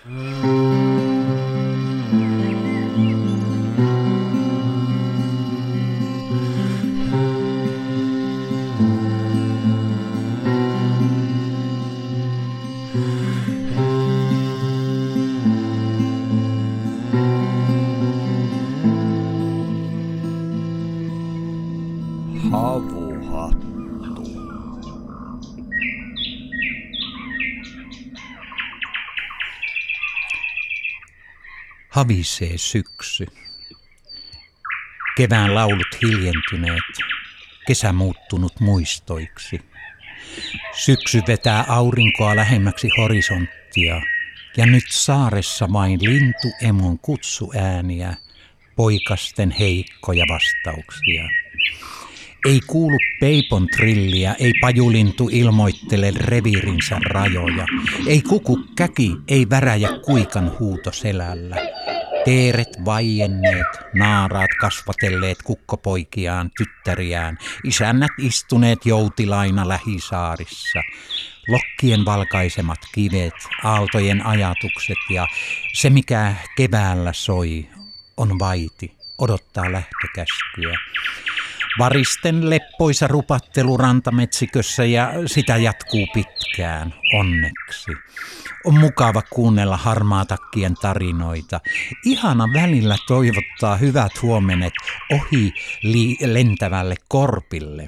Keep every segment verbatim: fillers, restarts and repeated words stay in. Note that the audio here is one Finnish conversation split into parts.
Havuhattu. Havisee syksy. Kevään laulut hiljentyneet, kesä muuttunut muistoiksi. Syksy vetää aurinkoa lähemmäksi horisonttia, ja nyt saaressa vain lintuemon kutsuääniä, poikasten heikkoja vastauksia. Ei kuulu peipon trilliä, ei pajulintu ilmoittele reviirinsä rajoja. Ei kuku käki, ei väräjä kuikan huuto selällä. Teeret vaienneet, naaraat kasvatelleet kukkopoikiaan, tyttäriään, isännät istuneet joutilaina lähisaarissa. Lokkien valkaisemat kivet, aaltojen ajatukset ja se mikä keväällä soi, on vaiti, odottaa lähtökäskyä. Varisten leppoisa rupattelu rantametsikössä ja sitä jatkuu pitkään, onneksi. On mukava kuunnella harmaatakkien tarinoita. Ihana välillä toivottaa hyvät huomenet ohi li- lentävälle korpille.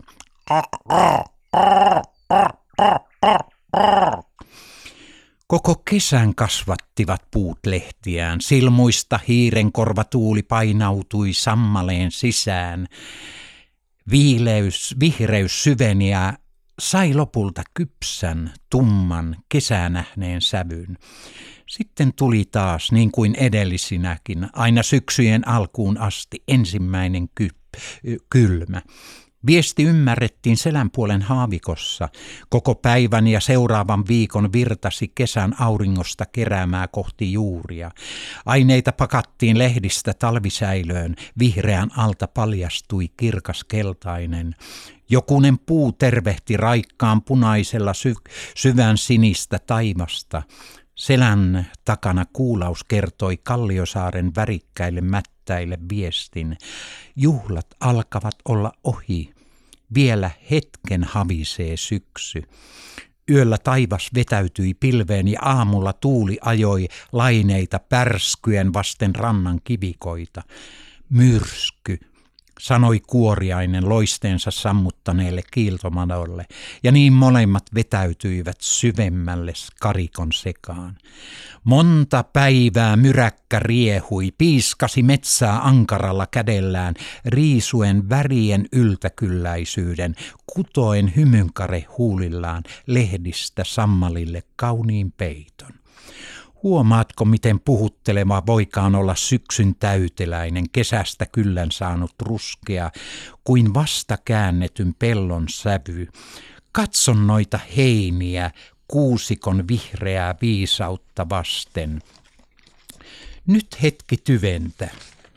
Koko kesän kasvattivat puut lehtiään. Silmuista hiiren korvatuuli painautui sammaleen sisään. Viileys, vihreys syveni ja sai lopulta kypsän, tumman, kesänähneen sävyn. Sitten tuli taas, niin kuin edellisinäkin, aina syksyjen alkuun asti ensimmäinen kyp, kylmä. Viesti ymmärrettiin selänpuolen haavikossa. Koko päivän ja seuraavan viikon virtasi kesän auringosta keräämää kohti juuria. Aineita pakattiin lehdistä talvisäilöön. Vihreän alta paljastui kirkas keltainen. Jokunen puu tervehti raikkaan punaisella sy- syvän sinistä taivasta. Selän takana kuulaus kertoi Kalliosaaren värikkäille mättäille viestin. Juhlat alkavat olla ohi. Vielä hetken havisee syksy. Yöllä taivas vetäytyi pilveen ja aamulla tuuli ajoi laineita pärskyen vasten rannan kivikoita. Myrsky, sanoi kuoriainen loisteensa sammuttaneelle kiiltomadolle, ja niin molemmat vetäytyivät syvemmälle karikon sekaan. Monta päivää myräkkä riehui, piiskasi metsää ankaralla kädellään, riisuen värien yltäkylläisyyden, kutoen hymynkare huulillaan lehdistä sammalille kauniin peiton. Huomaatko, miten puhutteleva voikaan olla syksyn täyteläinen, kesästä kyllän saanut ruskea, kuin vasta käännetyn pellon sävy. Katson noita heiniä, kuusikon vihreää viisautta vasten. Nyt hetki tyventä.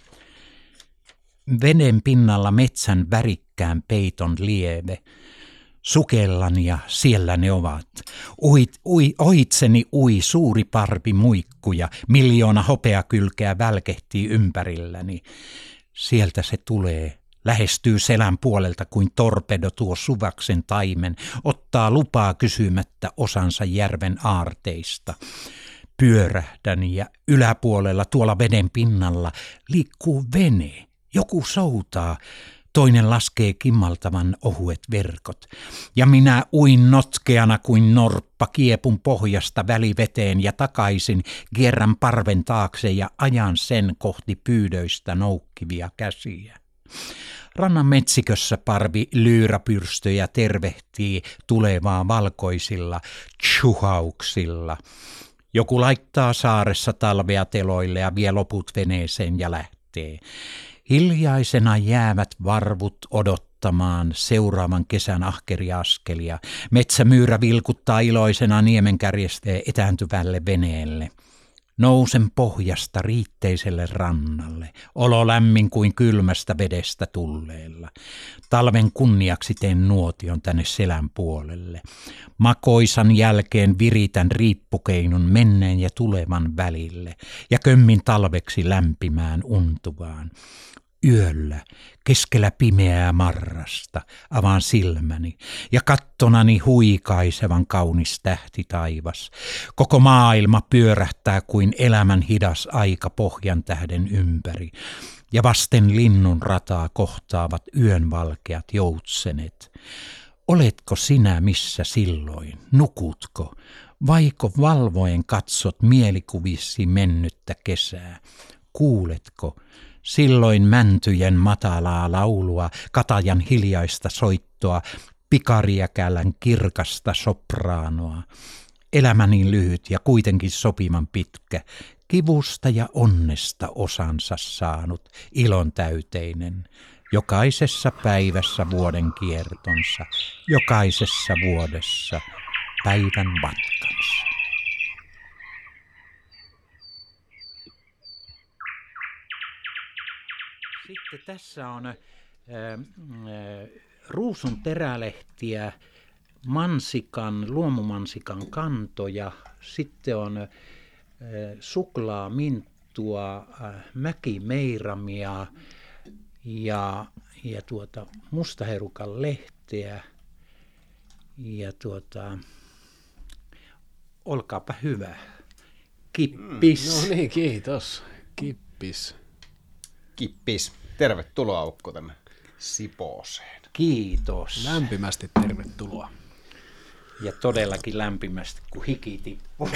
Veden pinnalla metsän värikkään peiton lieve. Sukellan ja siellä ne ovat. Uit, ui, ohitseni ui suuri parvi muikkuja, miljoona hopeakylkeä välkehtii ympärilläni. Sieltä se tulee, lähestyy selän puolelta kuin torpedo tuo suvaksen taimen, ottaa lupaa kysymättä osansa järven aarteista. Pyörähdän ja yläpuolella tuolla veden pinnalla liikkuu vene, joku soutaa. Toinen laskee kimmaltavan ohuet verkot, ja minä uin notkeana kuin norppa kiepun pohjasta väliveteen ja takaisin, kierrän parven taakse ja ajan sen kohti pyydöistä noukkivia käsiä. Rannan metsikössä parvi lyyräpyrstöjä tervehtii tulevaa valkoisilla tsuhauksilla. Joku laittaa saaressa talvea teloille ja vie loput veneeseen ja lähtee. Hiljaisena jäävät varvut odottamaan seuraavan kesän ahkeria askelia. Metsämyyrä vilkuttaa iloisena niemenkärjestä etääntyvälle veneelle. Nousen pohjasta riitteiselle rannalle, olo lämmin kuin kylmästä vedestä tulleella. Talven kunniaksi teen nuotion tänne selän puolelle. Makoisan jälkeen viritän riippukeinun menneen ja tulevan välille ja kömmin talveksi lämpimään untuvaan. Yöllä, keskellä pimeää marrasta, avaan silmäni ja kattonani huikaisevan kaunis tähti taivas. Koko maailma pyörähtää kuin elämän hidas aika pohjan tähden ympäri. Ja vasten linnun rataa kohtaavat yön valkeat joutsenet. Oletko sinä missä silloin, nukutko, vaiko valvoen katsot mielikuvisssi mennyttä kesää? Kuuletko silloin mäntyjen matalaa laulua, katajan hiljaista soittoa, pikariäkälän kirkasta sopraanoa? Elämäni lyhyt ja kuitenkin sopivan pitkä, kivusta ja onnesta osansa saanut, ilon täyteinen, jokaisessa päivässä vuoden kiertonsa, jokaisessa vuodessa päivän matkansa. Sitten tässä on äh, äh, ruusun terälehtiä, mansikan, luomumansikan kantoja, sitten on äh, suklaaminttua, äh, mäkimeiramia ja, ja tuota, mustaherukan lehteä ja tuota, olkaapa hyvä, kippis. Mm, no niin, kiitos. Kippis. Kippis. Tervetuloa Ukko tänne Sipooseen. Kiitos. Lämpimästi tervetuloa. Ja todellakin lämpimästi, kun hiki tippuu.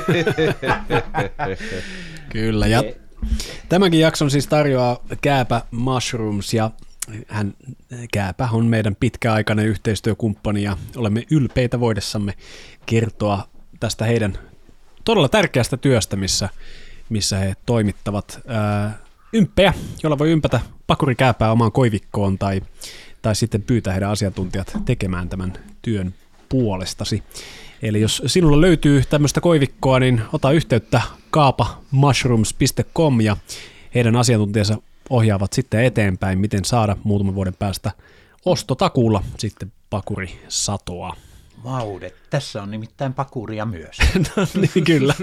Kyllä, ja tämänkin jakson siis tarjoaa Kääpä Mushrooms, ja hän, Kääpä on meidän pitkäaikainen yhteistyökumppani, ja olemme ylpeitä voidessamme kertoa tästä heidän todella tärkeästä työstä, missä, missä he toimittavat ää, ymppejä, jolla voi ympätä pakurikääpää omaan koivikkoon tai, tai sitten pyytää heidän asiantuntijat tekemään tämän työn puolestasi. Eli jos sinulla löytyy tämmöistä koivikkoa, niin ota yhteyttä kaapa mushrooms piste com ja heidän asiantuntijansa ohjaavat sitten eteenpäin, miten saada muutaman vuoden päästä ostotakuulla sitten pakurisatoa. Vaudet, tässä on nimittäin pakuria myös. No niin, kyllä.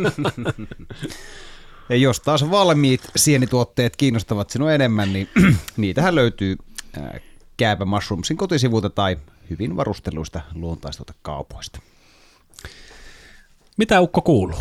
Ja jos taas valmiit sienituotteet kiinnostavat sinua enemmän, niin niitähän löytyy Kääpä Mushroomsin kotisivulta tai hyvin varustelluista luontaistuotekaupoista. Mitä Ukko kuuluu?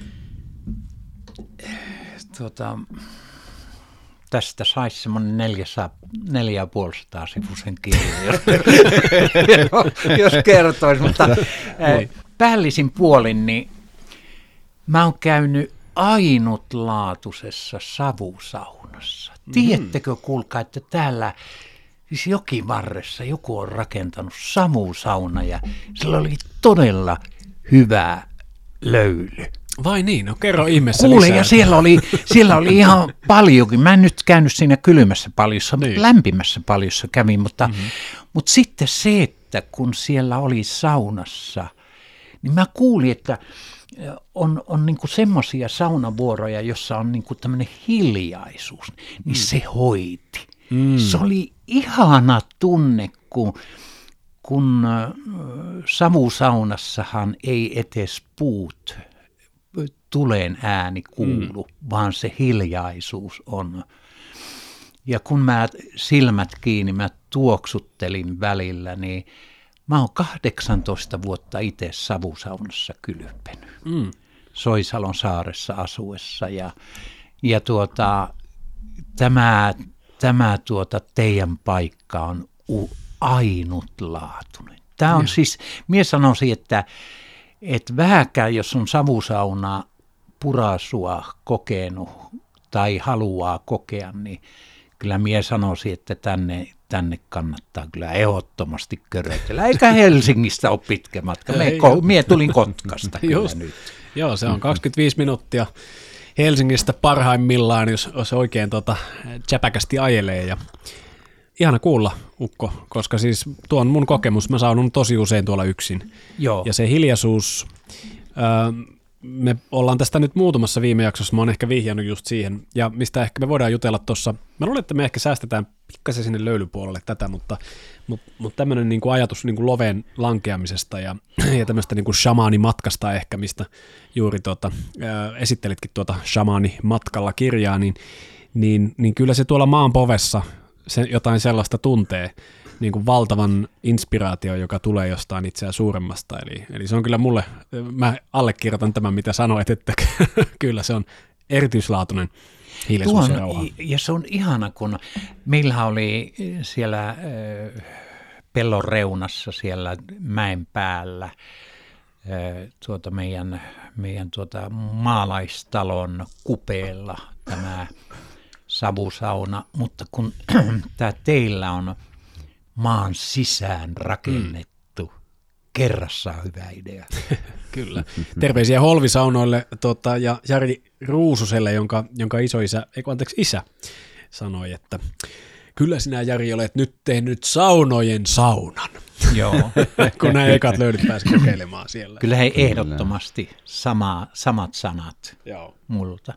Tuota, tästä saisi semmoinen neljä ja puoli sataa sivuisen kirjan, jos, jos kertoisi, mutta päällisin puolin, niin mä oon käynyt ainutlaatuisessa savusaunassa. Mm. Tiedättekö, kuulkaa, että täällä siis jokivarressa joku on rakentanut savusauna ja sillä oli todella hyvä löyly. Vai niin? No kerro ihmeessä Kuule, lisää. ja siellä oli, siellä oli ihan paljonkin. Mä en nyt käynyt siinä kylmässä paljossa, niin. Lämpimässä paljossa kävin, mutta, mm-hmm. mutta sitten se, että kun siellä oli saunassa, niin mä kuulin, että on, on niinku semmoisia saunavuoroja, jossa on niinku tämmöinen hiljaisuus, niin mm. se hoiti. Mm. Se oli ihana tunne, kun, kun savusaunassahan ei etes puut tulen ääni kuulu, mm. vaan se hiljaisuus on. Ja kun mä silmät kiinni, mä tuoksuttelin välillä, niin mä oon kahdeksantoista vuotta itse savusaunassa kylpenyt. Mm. Soisalon saaressa asuessa. Ja, ja tuota, tämä, tämä tuota teidän paikka on u, ainutlaatuinen. Tämä on ja. siis, minä sanoisin, että, että vähäkään jos on savusaunaa purasua kokenut tai haluaa kokea, niin kyllä minä sanoisin, että tänne, tänne kannattaa kyllä ehdottomasti körötellä. Eikä Helsingistä ole pitkä matka. Minä tulin Kotkasta kyllä nyt. Joo, se on kaksikymmentäviisi minuuttia Helsingistä parhaimmillaan, jos, jos oikein tota, tsäpäkästi ajelee. Ja ihana kuulla, Ukko, koska siis tuo on mun kokemus. Mä saanut tosi usein tuolla yksin. Joo. Ja se hiljaisuus, äh, me ollaan tästä nyt muutamassa viime jaksossa, mä oon ehkä vihjannut just siihen, ja mistä ehkä me voidaan jutella tuossa, mä luulen, että me ehkä säästetään pikkasen sinne löylypuolelle tätä, mutta, mutta, mutta tämmöinen niin kuin ajatus niin kuin loveen lankeamisesta ja, ja tämmöistä niin kuin shamaanimatkasta ehkä, mistä juuri tuota, ää, esittelitkin tuota shamaanimatkalla kirjaa, niin, niin, niin kyllä se tuolla maan povessa se jotain sellaista tuntee, niin kuin valtavan inspiraatio, joka tulee jostain itseään suuremmasta. Eli, eli se on kyllä mulle, mä allekirjoitan tämän, mitä sanoit, että kyllä se on erityislaatuinen hiljaisuus ja rauha. Ja se on ihana, kun meillä oli siellä äh, pellon reunassa, siellä mäen päällä, äh, tuota meidän, meidän tuota maalaistalon kupeella tämä savusauna, mutta kun tämä teillä on maan sisään rakennettu. Mm. Kerrassaan hyvä idea. Kyllä. Terveisiä Holvisaunoille tota, ja Jari Ruususelle, jonka, jonka isoisä, ei anteeksi isä, sanoi, että kyllä sinä Jari olet nyt tehnyt saunojen saunan. Joo. Kun nämä ekat löydyt pääsi kokeilemaan siellä. Kyllä he ehdottomasti sama, samat sanat Joo. multa.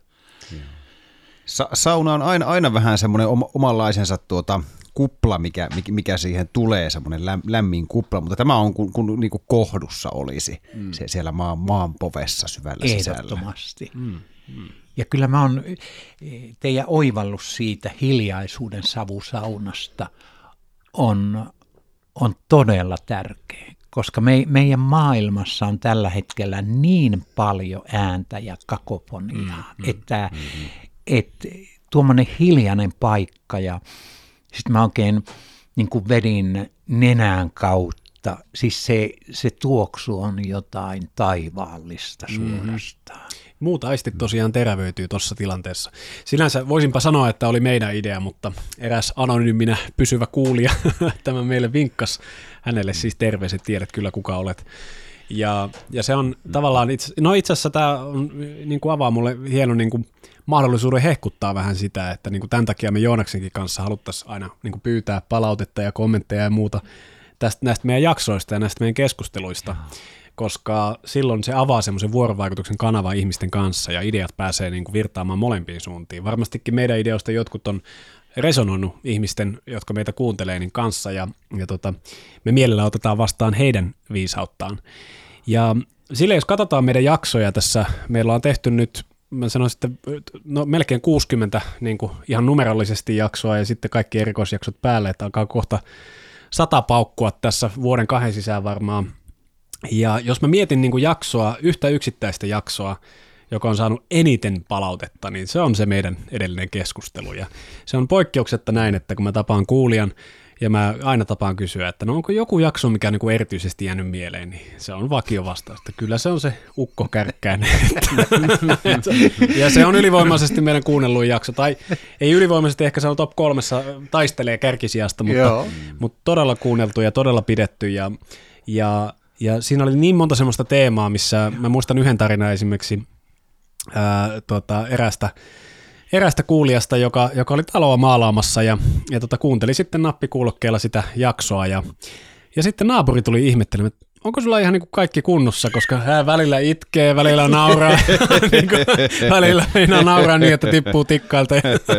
Sa- sauna on aina, aina vähän semmoinen oma, omanlaisensa tuota kupla, mikä, mikä siihen tulee, semmoinen lämmin kupla, mutta tämä on kun, kun niin kuin kohdussa olisi mm. se siellä maan, maan povessa syvällä sisällä. Ehdottomasti. Mm. Mm. Ja kyllä mä oon teidän oivallus siitä hiljaisuuden savusaunasta on, on todella tärkeä, koska me, meidän maailmassa on tällä hetkellä niin paljon ääntä ja kakofoniaa, mm. että mm. et, tuommoinen hiljainen paikka ja sitten mä oikein niin kuin vedin nenän kautta, siis se, se tuoksu on jotain taivaallista suorastaan. Mm-hmm. Muut aistit tosiaan terävöityy tuossa tilanteessa. Sinänsä voisinpa sanoa, että oli meidän idea, mutta eräs anonyyminä pysyvä kuulija tämä meille vinkkasi. Hänelle siis terveiset, tiedät kyllä kuka olet. Ja, ja se on tavallaan, itse, no itse asiassa tämä on, niin kuin avaa mulle hieno niin kuin mahdollisuuden hehkuttaa vähän sitä, että niin kuin tämän takia me Joonaksenkin kanssa haluttaisiin aina niin kuin pyytää palautetta ja kommentteja ja muuta tästä, näistä meidän jaksoista ja näistä meidän keskusteluista, koska silloin se avaa semmoisen vuorovaikutuksen kanavan ihmisten kanssa ja ideat pääsee niin kuin virtaamaan molempiin suuntiin. Varmastikin meidän ideoista jotkut on resonoinut ihmisten, jotka meitä kuuntelee, niin kanssa ja, ja tota, me mielellä otetaan vastaan heidän viisauttaan. Ja sille jos katsotaan meidän jaksoja tässä, meillä on tehty nyt, mä sanoisin, että no, melkein kuusikymmentä niin kuin ihan numerollisesti jaksoa ja sitten kaikki erikoisjaksot päälle, että alkaa kohta sata paukkua tässä vuoden kahden sisään varmaan. Ja jos mä mietin niin kuin jaksoa, yhtä yksittäistä jaksoa, joka on saanut eniten palautetta, niin se on se meidän edellinen keskustelu. Ja se on poikkeuksetta näin, että kun mä tapaan kuulijan, ja mä aina tapaan kysyä, että no onko joku jakso, mikä on niin kuin erityisesti jäänyt mieleen, niin se on vakio vastaus, että kyllä se on se Ukko Kärkkäinen. Ja se on ylivoimaisesti meidän kuunnelluin jakso, tai ei ylivoimaisesti, ehkä se on top kolmessa, taistelee kärkisijasta, mutta, mutta todella kuunneltu ja todella pidetty, ja, ja, ja siinä oli niin monta semmoista teemaa, missä mä muistan yhden tarinan esimerkiksi ää, tota, erästä, erästä kuulijasta, joka, joka oli taloa maalaamassa ja, ja tota, kuunteli sitten nappikuulokkeella sitä jaksoa ja, ja sitten naapuri tuli ihmettelemään, että onko sulla ihan niin kuin kaikki kunnossa, koska hän välillä itkee, välillä nauraa, niin kuin, välillä minä nauraa niin, että tippuu tikkailta.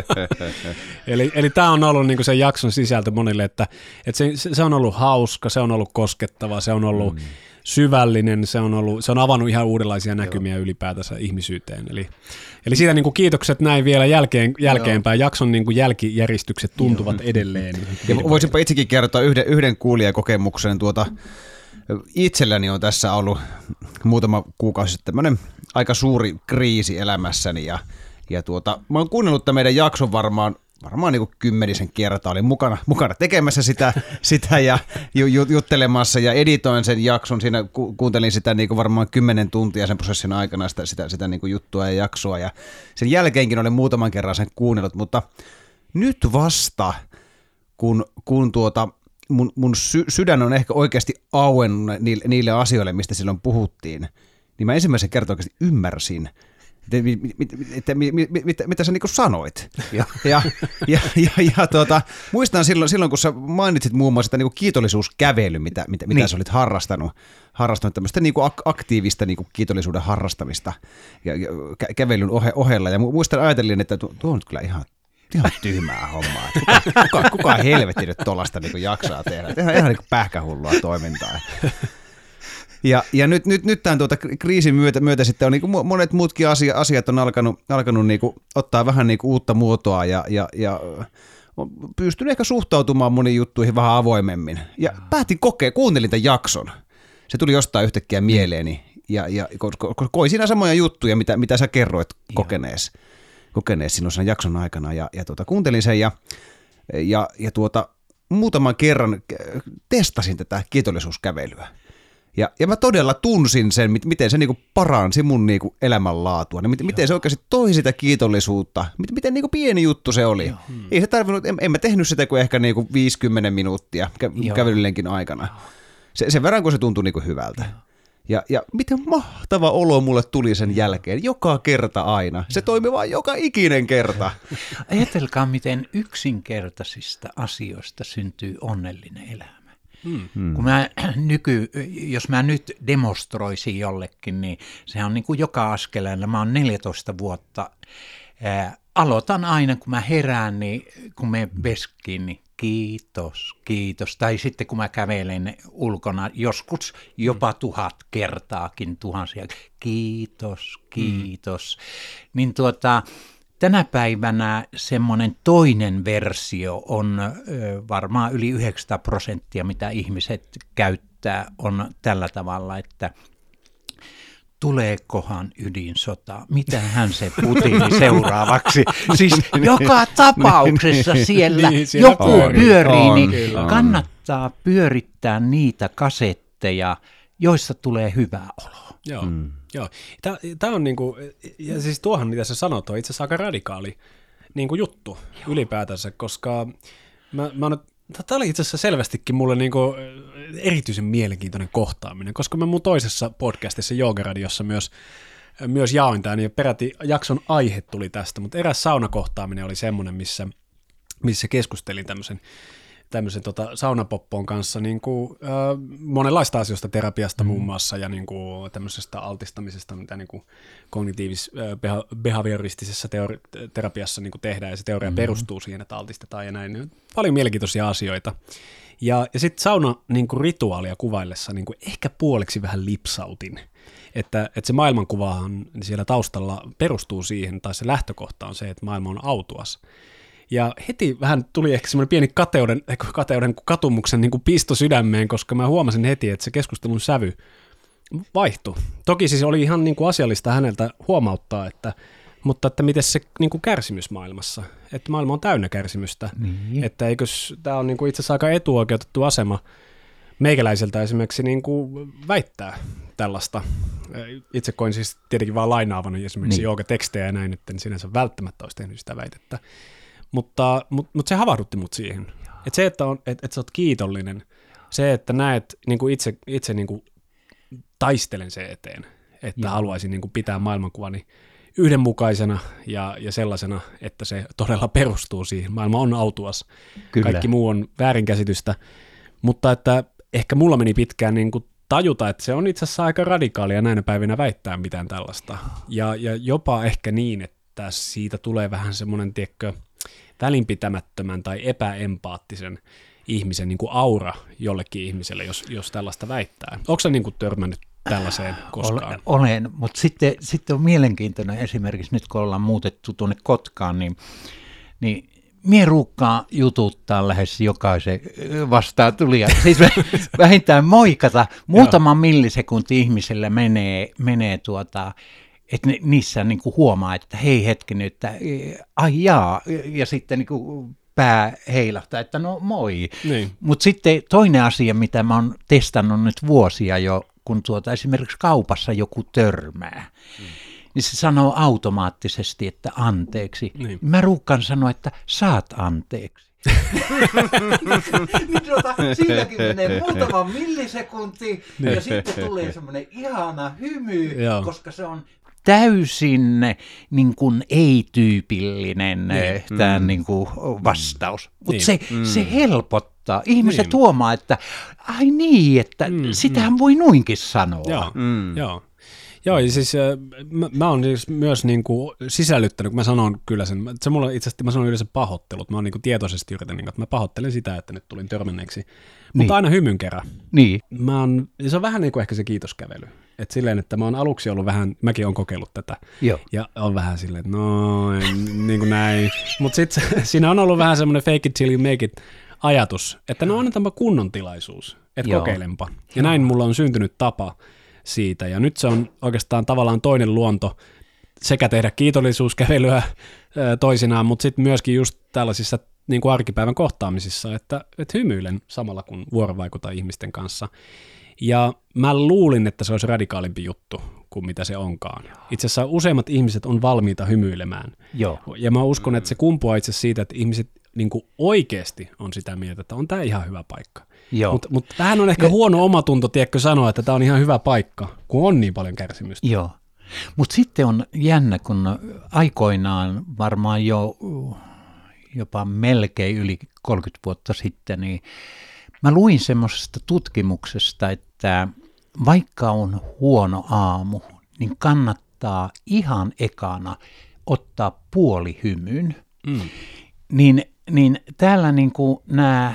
eli eli tämä on ollut niin kuin sen jakson sisältö monille, että, että se, se on ollut hauska, se on ollut koskettava, se on ollut mm. syvällinen, se on, ollut, se on avannut ihan uudenlaisia näkymiä Joo. ylipäätänsä ihmisyyteen. Eli, eli siitä niin kuin kiitokset näin vielä jälkeen, jälkeenpäin. Joo. Jakson niin kuin jälkijäristykset tuntuvat Joo. edelleen. Ja voisinpa itsekin kertoa yhden, yhden kuulijakokemuksen. Tuota, itselläni on tässä ollut muutama kuukausi sitten tämmöinen aika suuri kriisi elämässäni. Ja, ja tuota, mä oon kuunnellut tämän meidän jakson varmaan varmaan niin kuin kymmenisen kertaa, olin mukana, mukana tekemässä sitä, sitä ja ju, juttelemassa ja editoin sen jakson. Siinä ku, kuuntelin sitä niin kuin varmaan kymmenen tuntia sen prosessin aikana sitä, sitä, sitä niin kuin juttua ja jaksoa. Ja sen jälkeenkin olen muutaman kerran sen kuunnellut, mutta nyt vasta, kun, kun tuota, mun, mun sy, sydän on ehkä oikeasti auennut niille, niille asioille, mistä silloin puhuttiin, niin mä ensimmäisen kertaa oikeasti ymmärsin, että mitä, mitä sä niinku sanoit. Ja, ja, ja, ja, ja tuota, muistan silloin, silloin, kun sä mainitsit muun muassa sitä niinku kiitollisuuskävely, mitä, mitä, mitä niin. sä olit harrastanut, harrastanut tämmöistä niinku aktiivista niinku kiitollisuuden harrastamista ja, ja kävelyn ohe, ohella. Ja muistan ajatellin, että tuo, tuo on nyt kyllä ihan, ihan tyhmää hommaa. Kuka, kuka, kuka helvetti nyt tuollaista niinku jaksaa tehdä? Tehdään ihan niinku pähkähullua toimintaa. Ja, ja nyt, nyt, nyt tämän tuota kriisin myötä, myötä sitten on niin kuin monet muutkin asia, asiat on alkanut, alkanut niin kuin ottaa vähän niin kuin uutta muotoa ja, ja, ja on pystynyt ehkä suhtautumaan moniin juttuihin vähän avoimemmin. Ja päätin kokea, kuuntelin tämän jakson. Se tuli jostain yhtäkkiä mieleeni ja, ja koin siinä samoja juttuja, mitä, mitä sä kerroit kokenees, kokenees sinun sen jakson aikana. Ja, ja tuota, kuuntelin sen ja, ja, ja tuota, muutaman kerran testasin tätä kiitollisuuskävelyä. Ja, ja mä todella tunsin sen, miten se niinku paransi mun niinku elämänlaatua, miten, miten se oikeasti toi sitä kiitollisuutta, miten, miten niinku pieni juttu se oli. Hmm. Ei se tarvinnut, en, en mä tehnyt sitä kuin ehkä niinku viisikymmentä minuuttia kä- kävelylenkin aikana. Se, sen verran, kun se tuntui niinku hyvältä. Ja, ja miten mahtava olo mulle tuli sen jälkeen, joka kerta aina. Se toimi vaan joka ikinen kerta. Ajatelkaa, miten yksinkertaisista asioista syntyy onnellinen elämä. Hmm. Kun mä nyky, jos mä nyt demonstroisin jollekin, niin se on niin kuin joka askeleella. Mä oon neljätoista vuotta. Ää, aloitan aina, kun mä herään, niin kun me veskiin, niin kiitos, kiitos. Tai sitten kun mä kävelen ulkona, joskus jopa tuhat kertaakin, tuhansia, kiitos, kiitos. Hmm. Niin tuota... Tänä päivänä semmoinen toinen versio on ö, varmaan yli yhdeksänkymmentä prosenttia, mitä ihmiset käyttää, on tällä tavalla, että tuleekohan ydinsota, mitähän se Putini seuraavaksi. Siis joka tapauksessa siellä niin, joku on, pyörii, on, niin kyllä. Kannattaa pyörittää niitä kasetteja, joissa tulee hyvä olo. Joo. Mm. Joo, tämä on niinku, ja siis tuohan mitä sä sanot on itse asiassa aika radikaali niinku juttu Joo. ylipäätänsä, koska mä, mä tämä oli itse asiassa selvästikin mulle niinku erityisen mielenkiintoinen kohtaaminen, koska mä mun toisessa podcastissa Joogaradiossa myös, myös jaoin tämän, ja peräti jakson aihe tuli tästä, mutta eräs saunakohtaaminen oli semmoinen, missä, missä keskustelin tämmöisen tämmöisen tota, saunapoppoon kanssa niin kuin, äh, monenlaista asioista, terapiasta mm. muun muassa ja niin kuin, tämmöisestä altistamisesta, mitä niin kuin, kognitiivis-behavioristisessa teori- terapiassa niin kuin tehdään, ja se teoria mm. perustuu siihen, että altistetaan ja näin. Niin paljon mielenkiintoisia asioita. Ja, ja sitten sauna niin kuin rituaalia kuvaillessa niin kuin ehkä puoleksi vähän lipsautin, että, että se maailmankuvahan siellä taustalla perustuu siihen, tai se lähtökohta on se, että maailma on autuas. Ja heti vähän tuli ehkä semmoinen pieni kateuden, kateuden katumuksen niin kuin pisto sydämeen, koska mä huomasin heti, että se keskustelun sävy vaihtui. Toki siis oli ihan niin kuin asiallista häneltä huomauttaa, että, mutta että miten se niin kuin kärsimys maailmassa, että maailma on täynnä kärsimystä, niin. Että eikös tämä on niin kuin itse asiassa aika etuoikeutettu asema meikäläiseltä esimerkiksi niin kuin väittää tällaista. Itse koin siis tietenkin vaan lainaavana esimerkiksi niin. joogatekstejä ja näin, että en sinänsä välttämättä olisi tehnyt sitä väitettä. Mutta, mutta, mutta se havahdutti mut siihen. Että se, että, on, että, että sä oot kiitollinen, se, että näet, niin kuin itse, itse niin kuin taistelen sen eteen, että Joo. haluaisin niin kuin pitää maailmankuvani yhdenmukaisena ja, ja sellaisena, että se todella perustuu siihen. Maailma on autuas, Kyllä. kaikki muu on väärinkäsitystä, mutta että ehkä mulla meni pitkään niin kuin tajuta, että se on itse asiassa aika radikaalia näinä päivinä väittää mitään tällaista. Ja, ja jopa ehkä niin, että siitä tulee vähän semmoinen, tiedätkö, välinpitämättömän tai epäempaattisen ihmisen niin kuin aura jollekin ihmiselle, jos, jos tällaista väittää. Onko sä niin kuin törmännyt tällaiseen koskaan? Olen, mutta sitten, sitten on mielenkiintoinen esimerkiksi nyt, kun ollaan muutettu tuonne Kotkaan, niin, niin mie ruukkaan jututtaa lähes jokaisen vastaan tulija. Siis vähintään moikata. Muutama millisekunti ihmisellä menee, menee tuota... Että niissä niin kuin huomaa, että hei hetken, että ai jaa, ja sitten niin kuin pää heilahtaa, että no moi. Niin. Mutta sitten toinen asia, mitä mä oon testannut nyt vuosia jo, kun tuota esimerkiksi kaupassa joku törmää, mm. niin se sanoo automaattisesti, että anteeksi. Niin. Mä ruukkaan sanoa, että saat anteeksi. niin tuota, siinäkin menee muutama millisekunti, niin. ja sitten tulee semmoinen ihana hymy, Joo. koska se on täysin niin kuin ei-tyypillinen Niin. tämä Mm. niin kuin vastaus. Mutta Niin. se, Mm. se helpottaa. Ihmiset Niin. huomaa, että ai niin, että Mm, sitähän voi noinkin sanoa. Joo, Mm. joo. Joo, ja siis äh, mä, mä oon siis myös niinku sisällyttänyt, kun mä sanon kyllä sen, se mulla itse asiassa, mä sanon yleensä pahoittelut, mä oon niinku tietoisesti yritän, niinku, että mä pahoittelen sitä, että nyt tulin törmänneeksi, niin. Mutta aina hymyn kerran. Niin. Mä oon, ja se on vähän niin kuin ehkä se kiitoskävely, että silleen, että mä oon aluksi ollut vähän, mäkin oon kokeillut tätä, Joo. ja on vähän silleen, että no, en, niin kuin näin, mutta sitten siinä on ollut vähän semmoinen fake it till you make it ajatus, että no annetaan kunnon tilaisuus, että Joo. kokeilenpa, ja näin mulla on syntynyt tapa siitä, ja nyt se on oikeastaan tavallaan toinen luonto, sekä tehdä kiitollisuuskävelyä ää, toisinaan, mutta sitten myöskin just tällaisissa niin kuin arkipäivän kohtaamisissa, että, että hymyilen samalla kun vuorovaikutan ihmisten kanssa. Ja mä luulin, että se olisi radikaalimpi juttu kuin mitä se onkaan. Itse asiassa useimmat ihmiset on valmiita hymyilemään. Joo. Ja mä uskon, että se kumpuaa itse siitä, että ihmiset niin kuin oikeasti on sitä mieltä, että on tämä ihan hyvä paikka. Joo. Mutta mut vähän on ehkä huono omatunto, tiedätkö, sanoa, että tämä on ihan hyvä paikka, kun on niin paljon kärsimystä. Joo. Mutta sitten on jännä, kun aikoinaan varmaan jo jopa melkein yli kolmekymmentä vuotta sitten, niin mä luin semmoisesta tutkimuksesta, että vaikka on huono aamu, niin kannattaa ihan ekana ottaa puolihymyn. Mm. Niin, niin täällä niin kuin nämä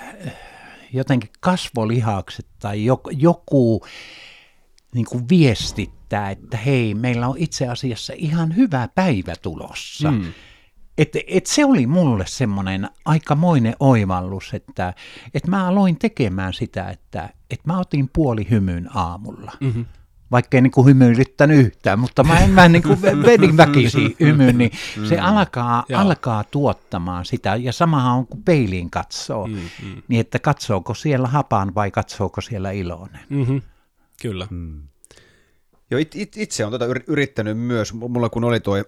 jotenkin kasvolihakset tai joku, joku niin kuin viestittää, että hei, meillä on itse asiassa ihan hyvä päivä tulossa. Mm. Että et se oli mulle semmoinen aikamoinen oivallus, että et mä aloin tekemään sitä, että et mä otin puoli hymyn aamulla. Mm-hmm. Vaikka en niin kuin hymyilyttänyt yhtään, mutta mä, en, mä niin kuin vedin väkisin hymyn, niin se alkaa, alkaa tuottamaan sitä. Ja samahan on kuin peiliin katsoo, mm-hmm. niin että katsooko siellä hapan vai katsooko siellä iloinen. Mm-hmm. Kyllä. Mm. Joo, it, it, itse olen tätä yrittänyt myös, mulla kun oli tuo,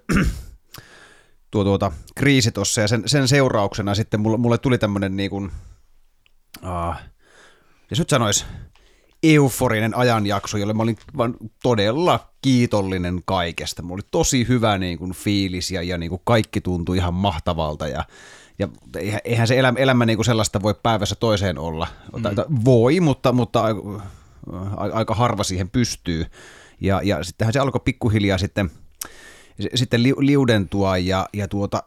tuo tuota, kriisi tuossa ja sen, sen seurauksena sitten mulle, mulle tuli tämmöinen niin kuin, uh, jos nyt sanoisi, euforinen ajanjakso, jolle mä olin todella kiitollinen kaikesta. Mulla oli tosi hyvä niin kuin, fiilis ja, ja niin kuin, kaikki tuntui ihan mahtavalta ja, ja eihän se elämä, elämä niin kuin sellaista voi päivässä toiseen olla. Mm. Voi, mutta, mutta aika harva siihen pystyy. Ja, ja sittenhän se alkoi pikkuhiljaa sitten, sitten liudentua ja, ja tuota,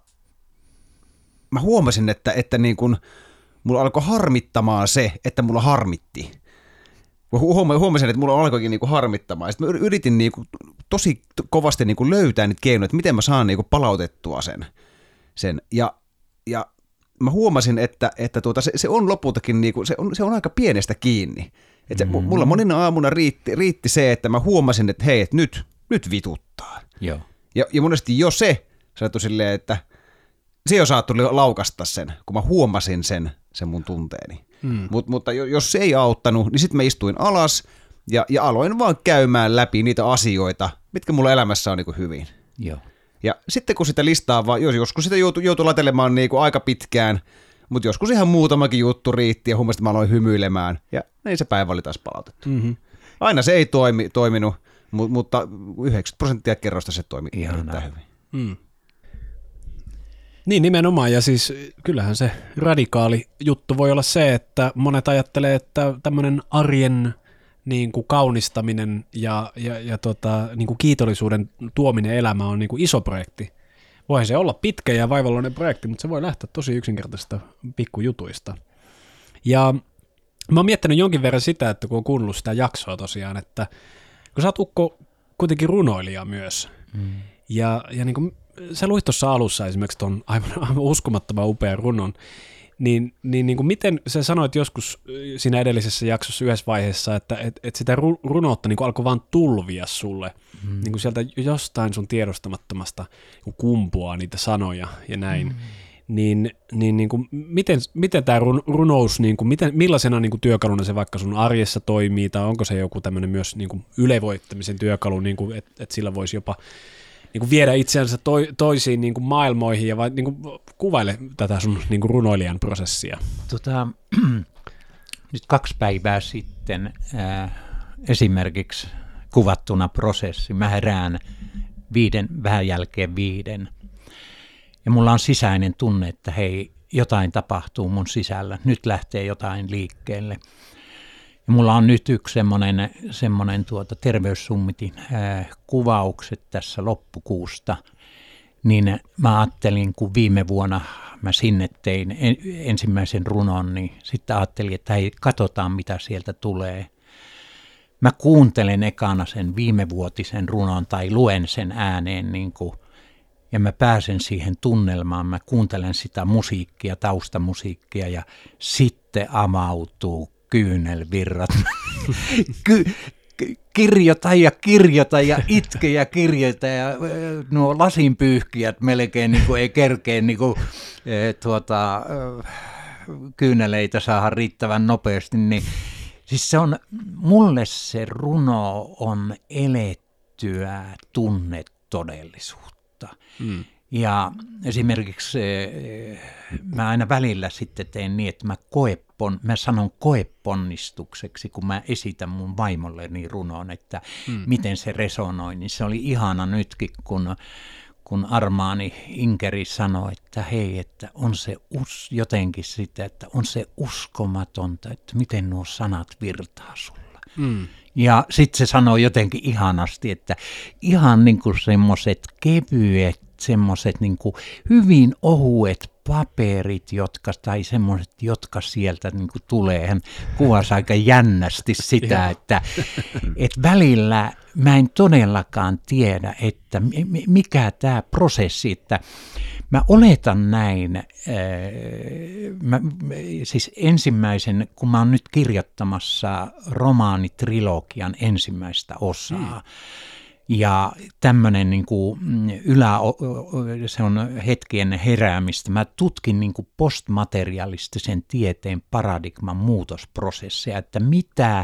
mä huomasin, että, että niin kuin, mulla alkoi harmittamaan se, että mulla harmitti. Huomasin, että mulla alkoikin niinku harmittamaan. Sitten mä yritin niinku tosi kovasti niinku löytää niitä keinoja, että miten mä saan niinku palautettua sen. sen. Ja, ja mä huomasin, että, että tuota, se, se on lopultakin niinku, se, on, se on aika pienestä kiinni. Että mm-hmm. mulla monina aamuna riitti, riitti se, että mä huomasin, että hei, että nyt, nyt vituttaa. Joo. Ja, ja monesti jo se saattoi silleen, että se jo saattoi laukasta sen, kun mä huomasin sen, sen mun tunteeni. Hmm. Mut, mutta jos se ei auttanut, niin sitten mä istuin alas ja, ja aloin vaan käymään läpi niitä asioita, mitkä mulla elämässä on niin kuin hyvin. Joo. Ja sitten kun sitä listaa vaan, joskus sitä joutui, joutui latelemaan niin kuin aika pitkään, mutta joskus ihan muutamakin juttu riitti ja huomasin, että mä aloin hymyilemään ja niin se päivä oli taas palautettu. Mm-hmm. Aina se ei toimi, toiminut, mutta yhdeksänkymmentä prosenttia kerrosta se toimi erittäin hyvin. Mm. Niin nimenomaan, ja siis kyllähän se radikaali juttu voi olla se, että monet ajattelee, että tämmöinen arjen niin kuin kaunistaminen ja, ja, ja tota, niin kuin kiitollisuuden tuominen elämään on niin kuin iso projekti. Voihan se olla pitkä ja vaivalloinen projekti, mutta se voi lähteä tosi yksinkertaisista pikkujutuista. Ja mä oon miettinyt jonkin verran sitä, että kun on kuunnellut sitä jaksoa tosiaan, että kun sä oot Ukko kuitenkin runoilija myös, mm. ja, ja niin kuin sä luit tuossa alussa esimerkiksi tuon aivan, aivan uskomattoman upean runon, niin, niin, niin kuin miten sä sanoit joskus siinä edellisessä jaksossa yhdessä vaiheessa, että et, et sitä runoutta niin kuin alkoi vaan tulvia sulle, mm. niin kuin sieltä jostain sun tiedostamattomasta niin kumpuaa niitä sanoja ja näin, mm. niin, niin, niin kuin, miten, miten tämä runous, niin kuin, miten, millaisena niin kuin työkaluna se vaikka sun arjessa toimii, tai onko se joku tämmöinen myös niin kuin ylevoittamisen työkalu, niin kuin, että et sillä voisi jopa niin kuin viedä itseänsä toi, toisiin niin kuin maailmoihin, ja vai, niin kuin, kuvaile tätä sun niin kuin runoilijan prosessia. Tota, nyt kaksi päivää sitten äh, esimerkiksi kuvattuna prosessi. Mä herään viiden, vähän jälkeen viiden. Ja mulla on sisäinen tunne, että hei, jotain tapahtuu mun sisällä, nyt lähtee jotain liikkeelle. Ja mulla on nyt yksi semmoinen, semmoinen tuota terveyssummitin ää, kuvaukset tässä loppukuusta, niin mä ajattelin, kun viime vuonna mä sinne tein en, ensimmäisen runon, niin sitten ajattelin, että hei, katsotaan mitä sieltä tulee. Mä kuuntelen ekana sen viimevuotisen runon tai luen sen ääneen niin kuin, ja mä pääsen siihen tunnelmaan, mä kuuntelen sitä musiikkia, taustamusiikkia ja sitten avautuu kyynelvirrat. Ky- kirjoita ja kirjoita ja itke ja kirjoita ja nuo lasinpyyhkijät melkein niin kuin ei kerkeä niin kuin, e, tuota, kyyneleitä saada riittävän nopeasti. Niin, siis se on, mulle se runo on elettyä tunnetodellisuutta. Mm. Ja esimerkiksi mä aina välillä sitten teen niin, että mä, koepon, mä sanon koeponnistukseksi, kun mä esitän mun vaimolleni runon, että mm. miten se resonoi, niin se oli ihana nytkin, kun, kun Armaani Inkeri sanoi, että hei, että on se us, jotenkin sitä, että on se uskomatonta, että miten nuo sanat virtaa sulla. Mm. Ja sitten se sanoi jotenkin ihanasti, että ihan niin kuin semmoiset kevyet, semmoiset niin kuin hyvin ohuet paperit, jotka, tai semmoiset, jotka sieltä niin kuin tulee. Hän kuvasi aika jännästi sitä, että, että välillä mä en todellakaan tiedä, että mikä tämä prosessi, että mä oletan näin, ää, mä, siis ensimmäisen, kun mä oon nyt kirjoittamassa romaanitrilogian ensimmäistä osaa, hmm. ja tämmöinen niin kuin ylä, se on hetki ennen heräämistä. Mä tutkin niin kuin postmaterialistisen tieteen paradigman muutosprosesseja, että mitä,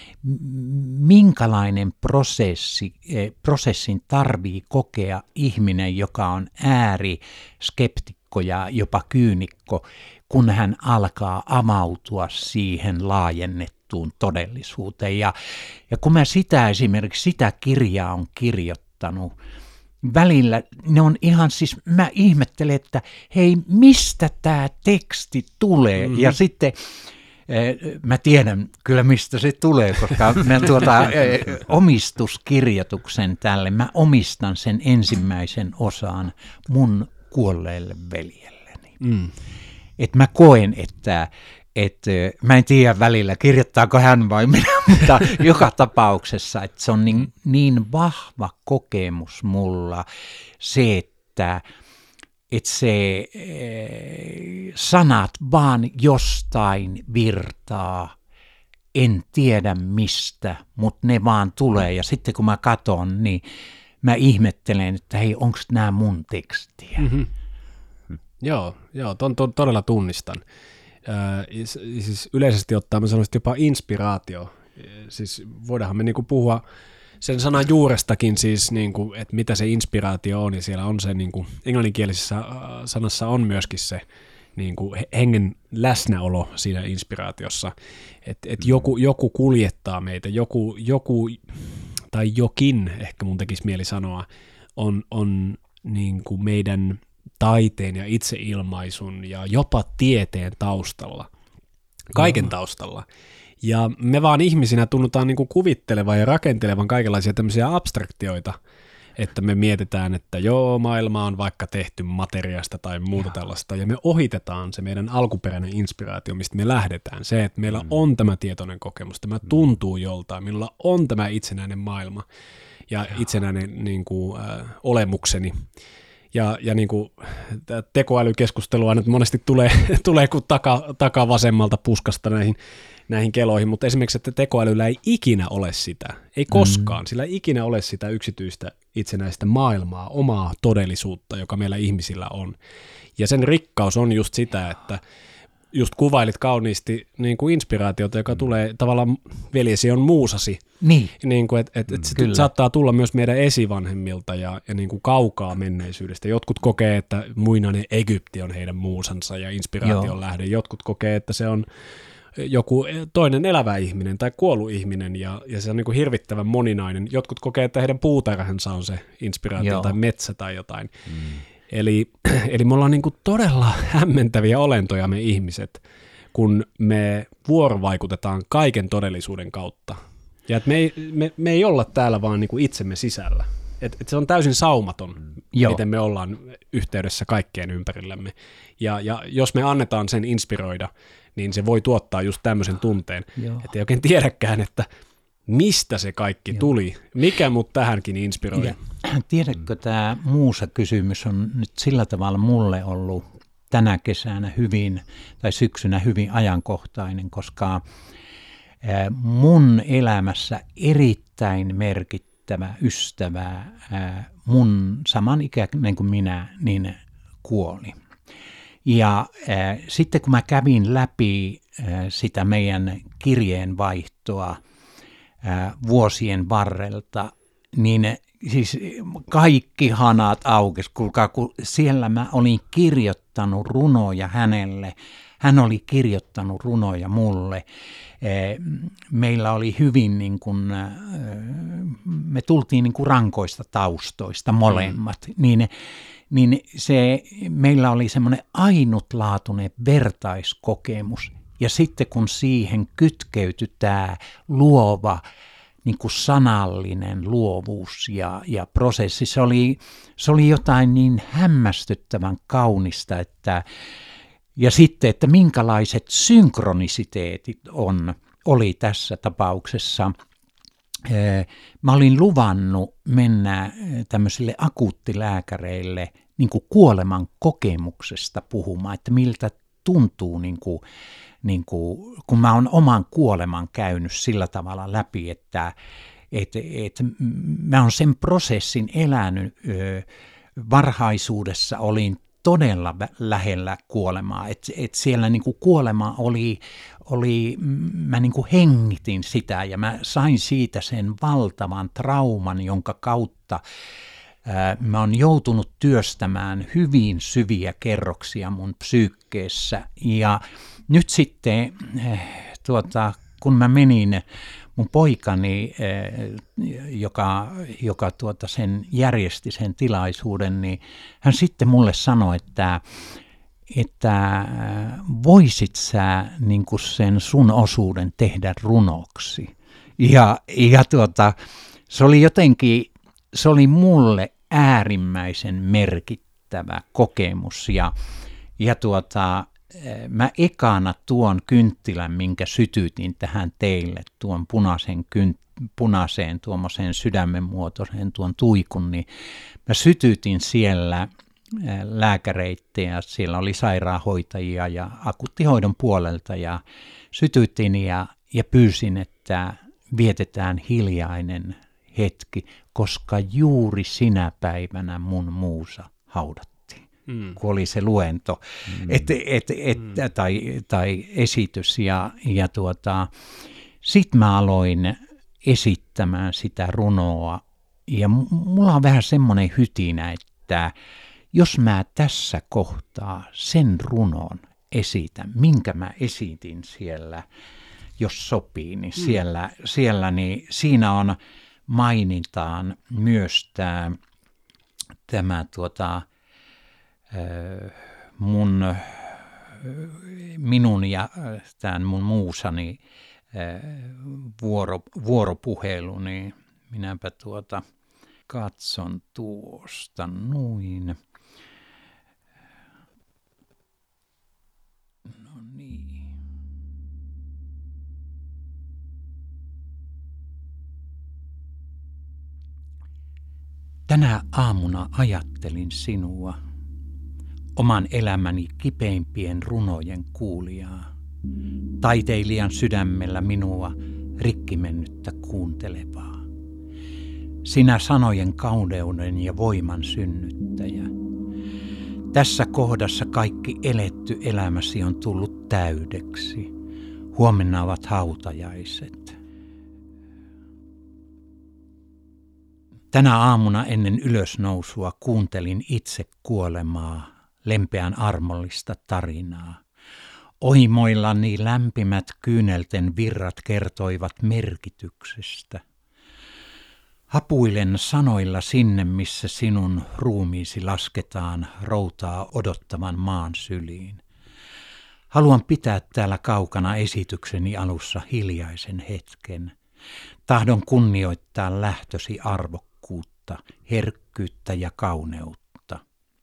minkälainen prosessi, prosessin tarvii kokea ihminen, joka on ääriskeptikko ja jopa kyynikko, kun hän alkaa avautua siihen laajennettuun todellisuuteen. Ja, ja kun mä sitä esimerkiksi sitä kirjaa on kirjoittanut, välillä ne on ihan siis, mä ihmettelen, että hei, mistä tämä teksti tulee? Mm-hmm. Ja sitten mä tiedän kyllä, mistä se tulee, koska mä tuota omistuskirjoituksen tälle, mä omistan sen ensimmäisen osan mun kuolleelle veljelleni. Mm. Että mä koen, että et, mä en tiedä välillä, kirjoittaako hän vai minä, mutta joka tapauksessa, että se on niin, niin vahva kokemus mulla se, että et se sanat vaan jostain virtaa, en tiedä mistä, mutta ne vaan tulee. Ja sitten kun mä katson, niin mä ihmettelen, että hei, onko nämä mun tekstiä? Mm-hmm. Joo, joo ton, ton, todella tunnistan. Äh, siis yleisesti ottaen mä sanoisin jopa inspiraatio. Siis voidaanhan me niinku puhua sen sanan juurestakin, siis niinku, että mitä se inspiraatio on, ja siellä on se niinku, englanninkielisessä sanassa on myöskin se niinku, hengen läsnäolo siinä inspiraatiossa, että et joku, joku kuljettaa meitä, joku, joku tai jokin, ehkä mun tekisi mieli sanoa, on, on niinku meidän taiteen ja itseilmaisun ja jopa tieteen taustalla, kaiken no. taustalla. Ja me vaan ihmisinä tunnutaan niinku kuvittelevan ja rakentelevan kaikenlaisia tämmöisiä abstraktioita, että me mietitään, että joo, maailma on vaikka tehty materiasta tai muuta joo. tällaista, ja me ohitetaan se meidän alkuperäinen inspiraatio, mistä me lähdetään. Se, että meillä mm. on tämä tietoinen kokemus, tämä mm. tuntuu joltain, minulla on tämä itsenäinen maailma ja joo. itsenäinen niin kuin, äh, olemukseni. Ja, ja niin kuin tekoälykeskustelua nyt monesti tulee, tulee kuin taka, taka vasemmalta puskasta näihin, näihin keloihin, mutta esimerkiksi, että tekoälyllä ei ikinä ole sitä, ei koskaan, mm. sillä ei ikinä ole sitä yksityistä itsenäistä maailmaa, omaa todellisuutta, joka meillä ihmisillä on. Ja sen rikkaus on just sitä, että just kuvailit kauniisti niin kuin inspiraatiota, joka tulee tavallaan veljesi on muusasi. Niin. Niin kuin, että et, et se saattaa tulla myös meidän esivanhemmilta ja, ja niin kuin kaukaa menneisyydestä. Jotkut kokee, että muinainen Egypti on heidän muusansa ja inspiraation Joo. lähde. Jotkut kokee, että se on joku toinen elävä ihminen tai kuollut ihminen, ja, ja se on niin kuin hirvittävän moninainen. Jotkut kokee, että heidän puutarhansa on se inspiraatio Joo. tai metsä tai jotain. Mm. Eli, eli me ollaan niin kuin todella hämmentäviä olentoja me ihmiset, kun me vuorovaikutetaan kaiken todellisuuden kautta. Ja että me ei, me, me ei olla täällä vaan niin kuin itsemme sisällä. Et, et se on täysin saumaton, Joo. miten me ollaan yhteydessä kaikkeen ympärillämme. Ja, ja jos me annetaan sen inspiroida, niin se voi tuottaa just tämmöisen tunteen, Joo. että ei oikein tiedäkään, että mistä se kaikki Joo. tuli, mikä mut tähänkin inspiroi. Ja, tiedätkö, tämä muusa-kysymys on nyt sillä tavalla mulle ollut tänä kesänä hyvin, tai syksynä hyvin ajankohtainen, koska mun elämässä erittäin merkittävä ystävä, mun saman ikäinen kuin minä, niin kuoli. Ja äh, sitten kun mä kävin läpi äh, sitä meidän kirjeenvaihtoa äh, vuosien varrelta, niin siis kaikki hanat aukesi, kuulkaa, kun siellä mä olin kirjoittanut runoja hänelle, hän oli kirjoittanut runoja mulle. Meillä oli hyvin niin kuin, me tultiin niin kuin rankoista taustoista molemmat, mm. niin, niin se, meillä oli semmoinen ainutlaatuinen vertaiskokemus. Ja sitten kun siihen kytkeytyi tämä luova, niin kuin sanallinen luovuus ja, ja prosessi, se oli, se oli jotain niin hämmästyttävän kaunista, että ja sitten, että minkälaiset synkronisiteetit on, oli tässä tapauksessa. Mä olin luvannut mennä tämmöisille akuuttilääkäreille niin kuin kuoleman kokemuksesta puhumaan, että miltä tuntuu, niin kuin, niin kuin, kun mä oon oman kuoleman käynyt sillä tavalla läpi, että et, et mä oon sen prosessin elänyt. Varhaisuudessa olin todella lähellä kuolemaa, että et siellä niinku kuolema oli, oli, mä niinku hengitin sitä ja mä sain siitä sen valtavan trauman, jonka kautta ää, mä oon joutunut työstämään hyvin syviä kerroksia mun psyykkeessä. Ja nyt sitten, äh, tuota, kun mä menin, mun poikani, joka, joka tuota sen järjesti sen tilaisuuden, niin hän sitten mulle sanoi, että, että voisit sä niin kuin sen sun osuuden tehdä runoksi. Ja, ja tuota, se oli jotenkin, se oli mulle äärimmäisen merkittävä kokemus ja, ja tuota, mä ekana tuon kynttilän, minkä sytytin tähän teille, tuon punaisen, kynt- punaiseen tuommoiseen sydämen muotoiseen tuon tuikun, niin mä sytytin siellä lääkäreitä ja siellä oli sairaanhoitajia ja akuuttihoidon puolelta ja sytytin ja, ja pyysin, että vietetään hiljainen hetki, koska juuri sinä päivänä mun muusa haudattiin. Mm. Kun oli se luento mm. et, et, et, mm. tai, tai esitys. Ja, ja tuota, sitten mä aloin esittämään sitä runoa. Ja mulla on vähän semmoinen hytinä, että jos mä tässä kohtaa sen runon esitän, minkä mä esitin siellä, jos sopii, niin mm. siellä, siellä niin siinä on mainitaan myös tämä, tämä tuota, mun, minun ja tämän mun muusani vuoro, vuoropuhelu, niin minäpä tuota katson tuosta noin. No niin. Tänä aamuna ajattelin sinua, oman elämäni kipeimpien runojen kuulijaa, taiteilijan sydämellä minua rikki mennyttä kuuntelevaa. Sinä sanojen kauneuden ja voiman synnyttäjä. Tässä kohdassa kaikki eletty elämäsi on tullut täydeksi. Huomenna ovat hautajaiset. Tänä aamuna ennen ylösnousua kuuntelin itse kuolemaa, lempeän armollista tarinaa. Ohimoillani lämpimät kyynelten virrat kertoivat merkityksestä. Hapuilen sanoilla sinne, missä sinun ruumiisi lasketaan routaa odottavan maan syliin. Haluan pitää täällä kaukana esitykseni alussa hiljaisen hetken. Tahdon kunnioittaa lähtösi arvokkuutta, herkkyyttä ja kauneutta.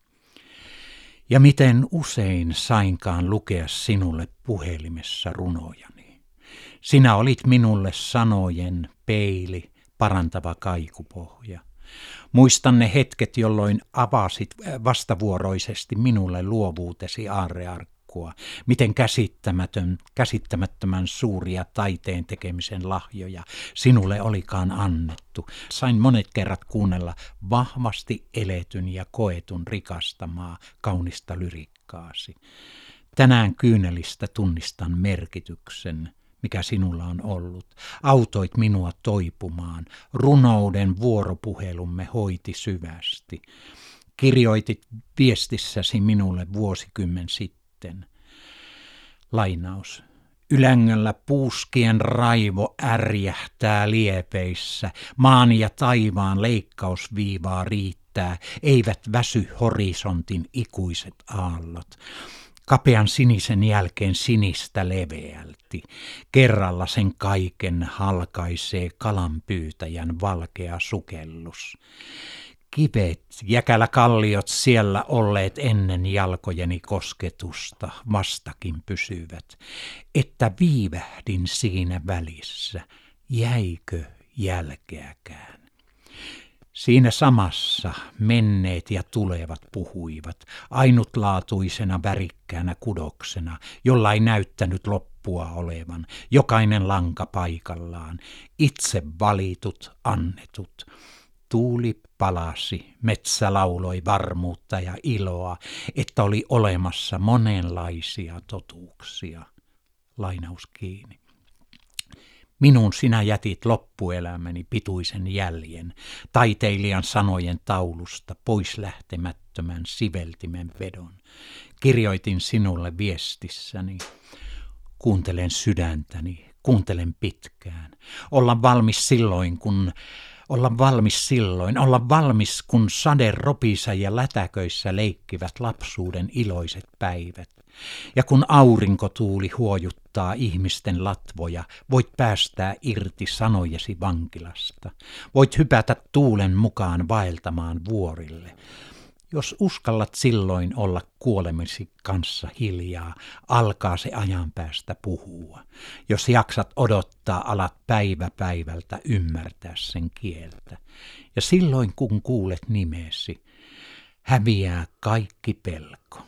Ja miten usein sainkaan lukea sinulle puhelimessa runojani. Sinä olit minulle sanojen peili, parantava kaikupohja. Muistan ne hetket, jolloin avasit vastavuoroisesti minulle luovuutesi aarrearkkua, miten käsittämätön, käsittämättömän suuria taiteen tekemisen lahjoja sinulle olikaan annettu. Sain monet kerrat kuunnella vahvasti eletyn ja koetun rikastamaa kaunista lyrikkaasi. Tänään kyynelistä tunnistan merkityksen, mikä sinulla on ollut. Autoit minua toipumaan, runouden vuoropuhelumme hoiti syvästi. Kirjoitit viestissäsi minulle vuosikymmen sitten. Lainaus. Ylängöllä puuskien raivo ärjähtää liepeissä, maan ja taivaan leikkausviivaa riittää, eivät väsy horisontin ikuiset aallot. Kapean sinisen jälkeen sinistä leveälti. Kerralla sen kaiken halkaisee kalanpyytäjän valkea sukellus. Kivet, jäkälä kalliot siellä olleet ennen jalkojeni kosketusta vastakin pysyvät, että viivähdin siinä välissä, jäikö jälkeäkään. Siinä samassa menneet ja tulevat puhuivat, ainutlaatuisena värikkäänä kudoksena, jolla ei näyttänyt loppua olevan, jokainen lanka paikallaan, itse valitut, annetut. Tuuli palasi, metsä lauloi varmuutta ja iloa, että oli olemassa monenlaisia totuuksia. Lainaus kiinni. Minun sinä jätit loppuelämäni pituisen jäljen, taiteilijan sanojen taulusta pois lähtemättömän siveltimen vedon. Kirjoitin sinulle viestissäni. Kuuntelen sydäntäni, kuuntelen pitkään. Olla valmis silloin, kun... Olla valmis silloin, olla valmis, kun sade ropissa ja lätäköissä leikkivät lapsuuden iloiset päivät. Ja kun aurinkotuuli huojuttaa ihmisten latvoja, voit päästää irti sanojesi vankilasta. Voit hypätä tuulen mukaan vaeltamaan vuorille. Jos uskallat silloin olla kuolemisi kanssa hiljaa, alkaa se ajan päästä puhua. Jos jaksat odottaa, alat päivä päivältä ymmärtää sen kieltä. Ja silloin kun kuulet nimesi, häviää kaikki pelko.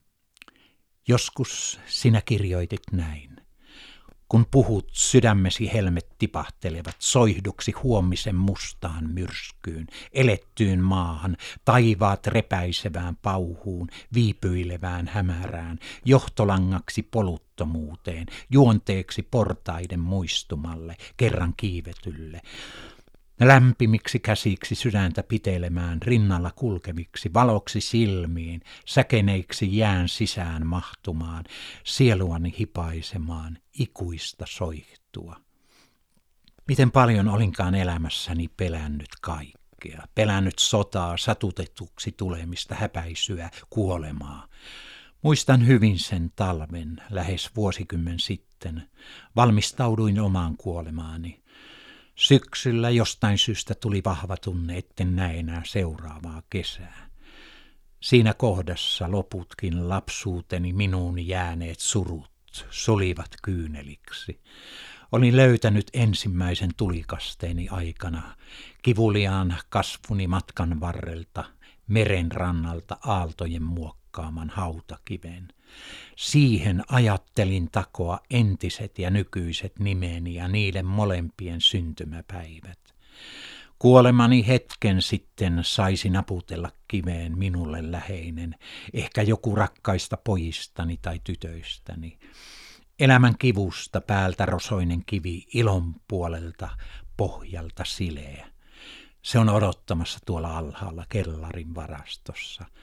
Joskus sinä kirjoitit näin. Kun puhut, sydämesi helmet tipahtelevat soihduksi huomisen mustaan myrskyyn, elettyyn maahan, taivaat repäisevään pauhuun, viipyilevään hämärään, johtolangaksi poluttomuuteen, juonteeksi portaiden muistumalle, kerran kiivetylle. Lämpimiksi käsiksi sydäntä pitelemään, rinnalla kulkeviksi, valoksi silmiin, säkeneiksi jään sisään mahtumaan, sieluani hipaisemaan, ikuista soihtua. Miten paljon olinkaan elämässäni pelännyt kaikkea, pelännyt sotaa, satutetuksi tulemista, häpäisyä, kuolemaa. Muistan hyvin sen talven, lähes vuosikymmen sitten, valmistauduin omaan kuolemaani. Syksyllä jostain syystä tuli vahva tunne, etten näe enää seuraavaa kesää. Siinä kohdassa loputkin lapsuuteni minuun jääneet surut solivat kyyneliksi. Olin löytänyt ensimmäisen tulikasteeni aikana, kivuliaan kasvuni matkan varrelta, meren rannalta aaltojen muokkaaman hautakiven. Siihen ajattelin takoa entiset ja nykyiset nimeni ja niiden molempien syntymäpäivät. Kuolemani hetken sitten saisi naputella kiveen minulle läheinen, ehkä joku rakkaista pojistani tai tytöistäni. Elämän kivusta päältä rosoinen kivi, ilon puolelta, pohjalta sileä. Se on odottamassa tuolla alhaalla kellarin varastossa.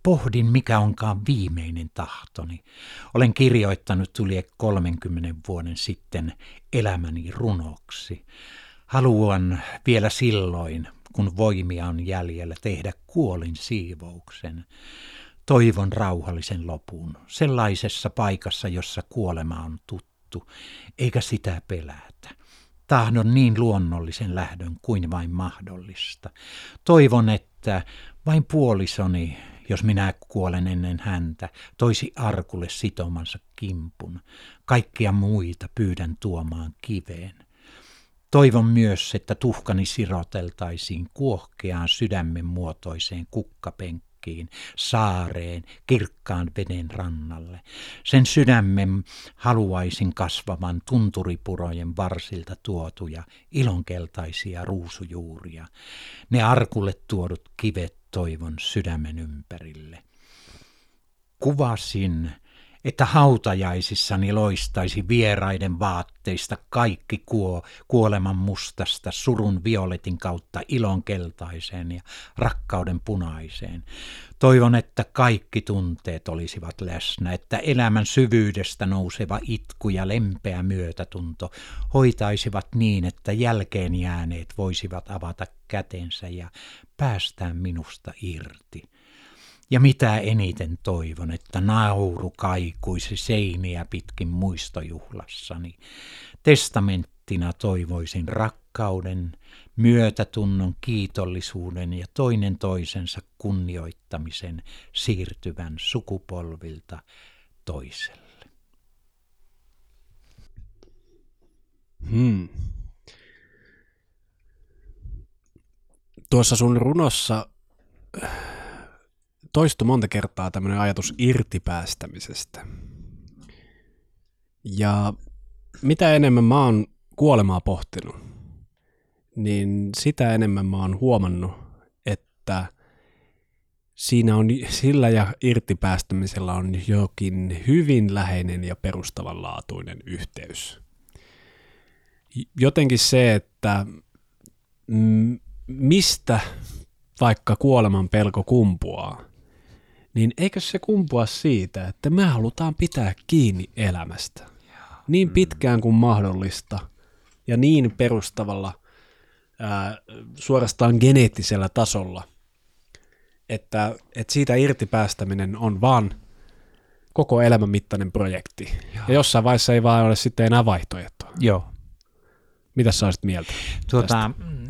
Pohdin, mikä onkaan viimeinen tahtoni. Olen kirjoittanut yli kolmenkymmenen vuoden sitten elämäni runoksi. Haluan vielä silloin, kun voimia on jäljellä, tehdä kuolin siivouksen. Toivon rauhallisen lopun, sellaisessa paikassa, jossa kuolema on tuttu, eikä sitä pelätä. Tahdon niin luonnollisen lähdön kuin vain mahdollista. Toivon, että vain puolisoni, jos minä kuolen ennen häntä, toisi arkulle sitomansa kimpun. Kaikkia muita pyydän tuomaan kiveen. Toivon myös, että tuhkani siroteltaisiin kuohkeaan sydämen muotoiseen kukkapenkkiin, saareen, kirkkaan veden rannalle. Sen sydämen haluaisin kasvavan tunturipurojen varsilta tuotuja ilonkeltaisia ruusujuuria. Ne arkulle tuodut kivet toivon sydämen ympärille. Kuvasin, että hautajaisissani loistaisi vieraiden vaatteista kaikki kuo, kuoleman mustasta surun violetin kautta ilon keltaiseen ja rakkauden punaiseen. Toivon, että kaikki tunteet olisivat läsnä, että elämän syvyydestä nouseva itku ja lempeä myötätunto hoitaisivat niin, että jälkeen jääneet voisivat avata kätensä ja päästää minusta irti. Ja mitä eniten toivon, että nauru kaikuisi seiniä pitkin muistojuhlassani. Testamenttina toivoisin rakkauden, myötätunnon, kiitollisuuden ja toinen toisensa kunnioittamisen siirtyvän sukupolvilta toiselle. Hmm. Tuossa sun runossa toistui monta kertaa tämmöinen ajatus irtipäästämisestä. Ja mitä enemmän mä oon kuolemaa pohtinut, niin sitä enemmän mä oon huomannut, että siinä on, sillä ja irtipäästämisellä on jokin hyvin läheinen ja perustavanlaatuinen yhteys. Jotenkin se, että mistä vaikka kuoleman pelko kumpuaa, niin eikö se kumpua siitä, että me halutaan pitää kiinni elämästä niin pitkään kuin mahdollista ja niin perustavalla, ää, suorastaan geneettisellä tasolla, että, että siitä irtipäästäminen on vaan koko elämän mittainen projekti. Joo. Ja jossain vaiheessa ei vaan ole sitten enää vaihtoehtoa. Joo. Mitä sä olisit mieltä tuota,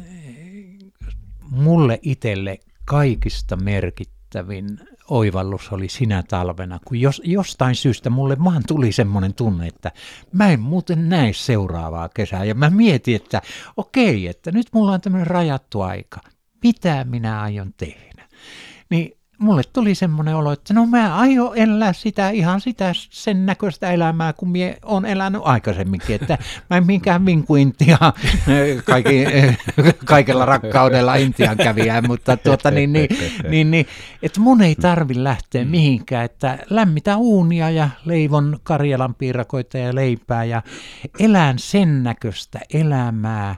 mulle itselle kaikista merkittävin oivallus oli sinä talvena, kun jos, jostain syystä mulle vaan tuli semmoinen tunne, että mä en muuten näe seuraavaa kesää. Ja mä mietin, että okei, että nyt mulla on tämmöinen rajattu aika. Mitä minä aion tehdä? Niin mulle tuli semmoinen olo, että no mä aion elää sitä ihan sitä sen näköistä elämää, kun minä olen elänyt aikaisemminkin, että mä en minkään vinku Intia kaikki, kaikella rakkaudella Intian kävijää, mutta tuota niin, niin, niin, niin että mun ei tarvi lähteä mihinkään, että lämmitä uunia ja leivon Karjalan piirakoita ja leipää ja elän sen näköistä elämää,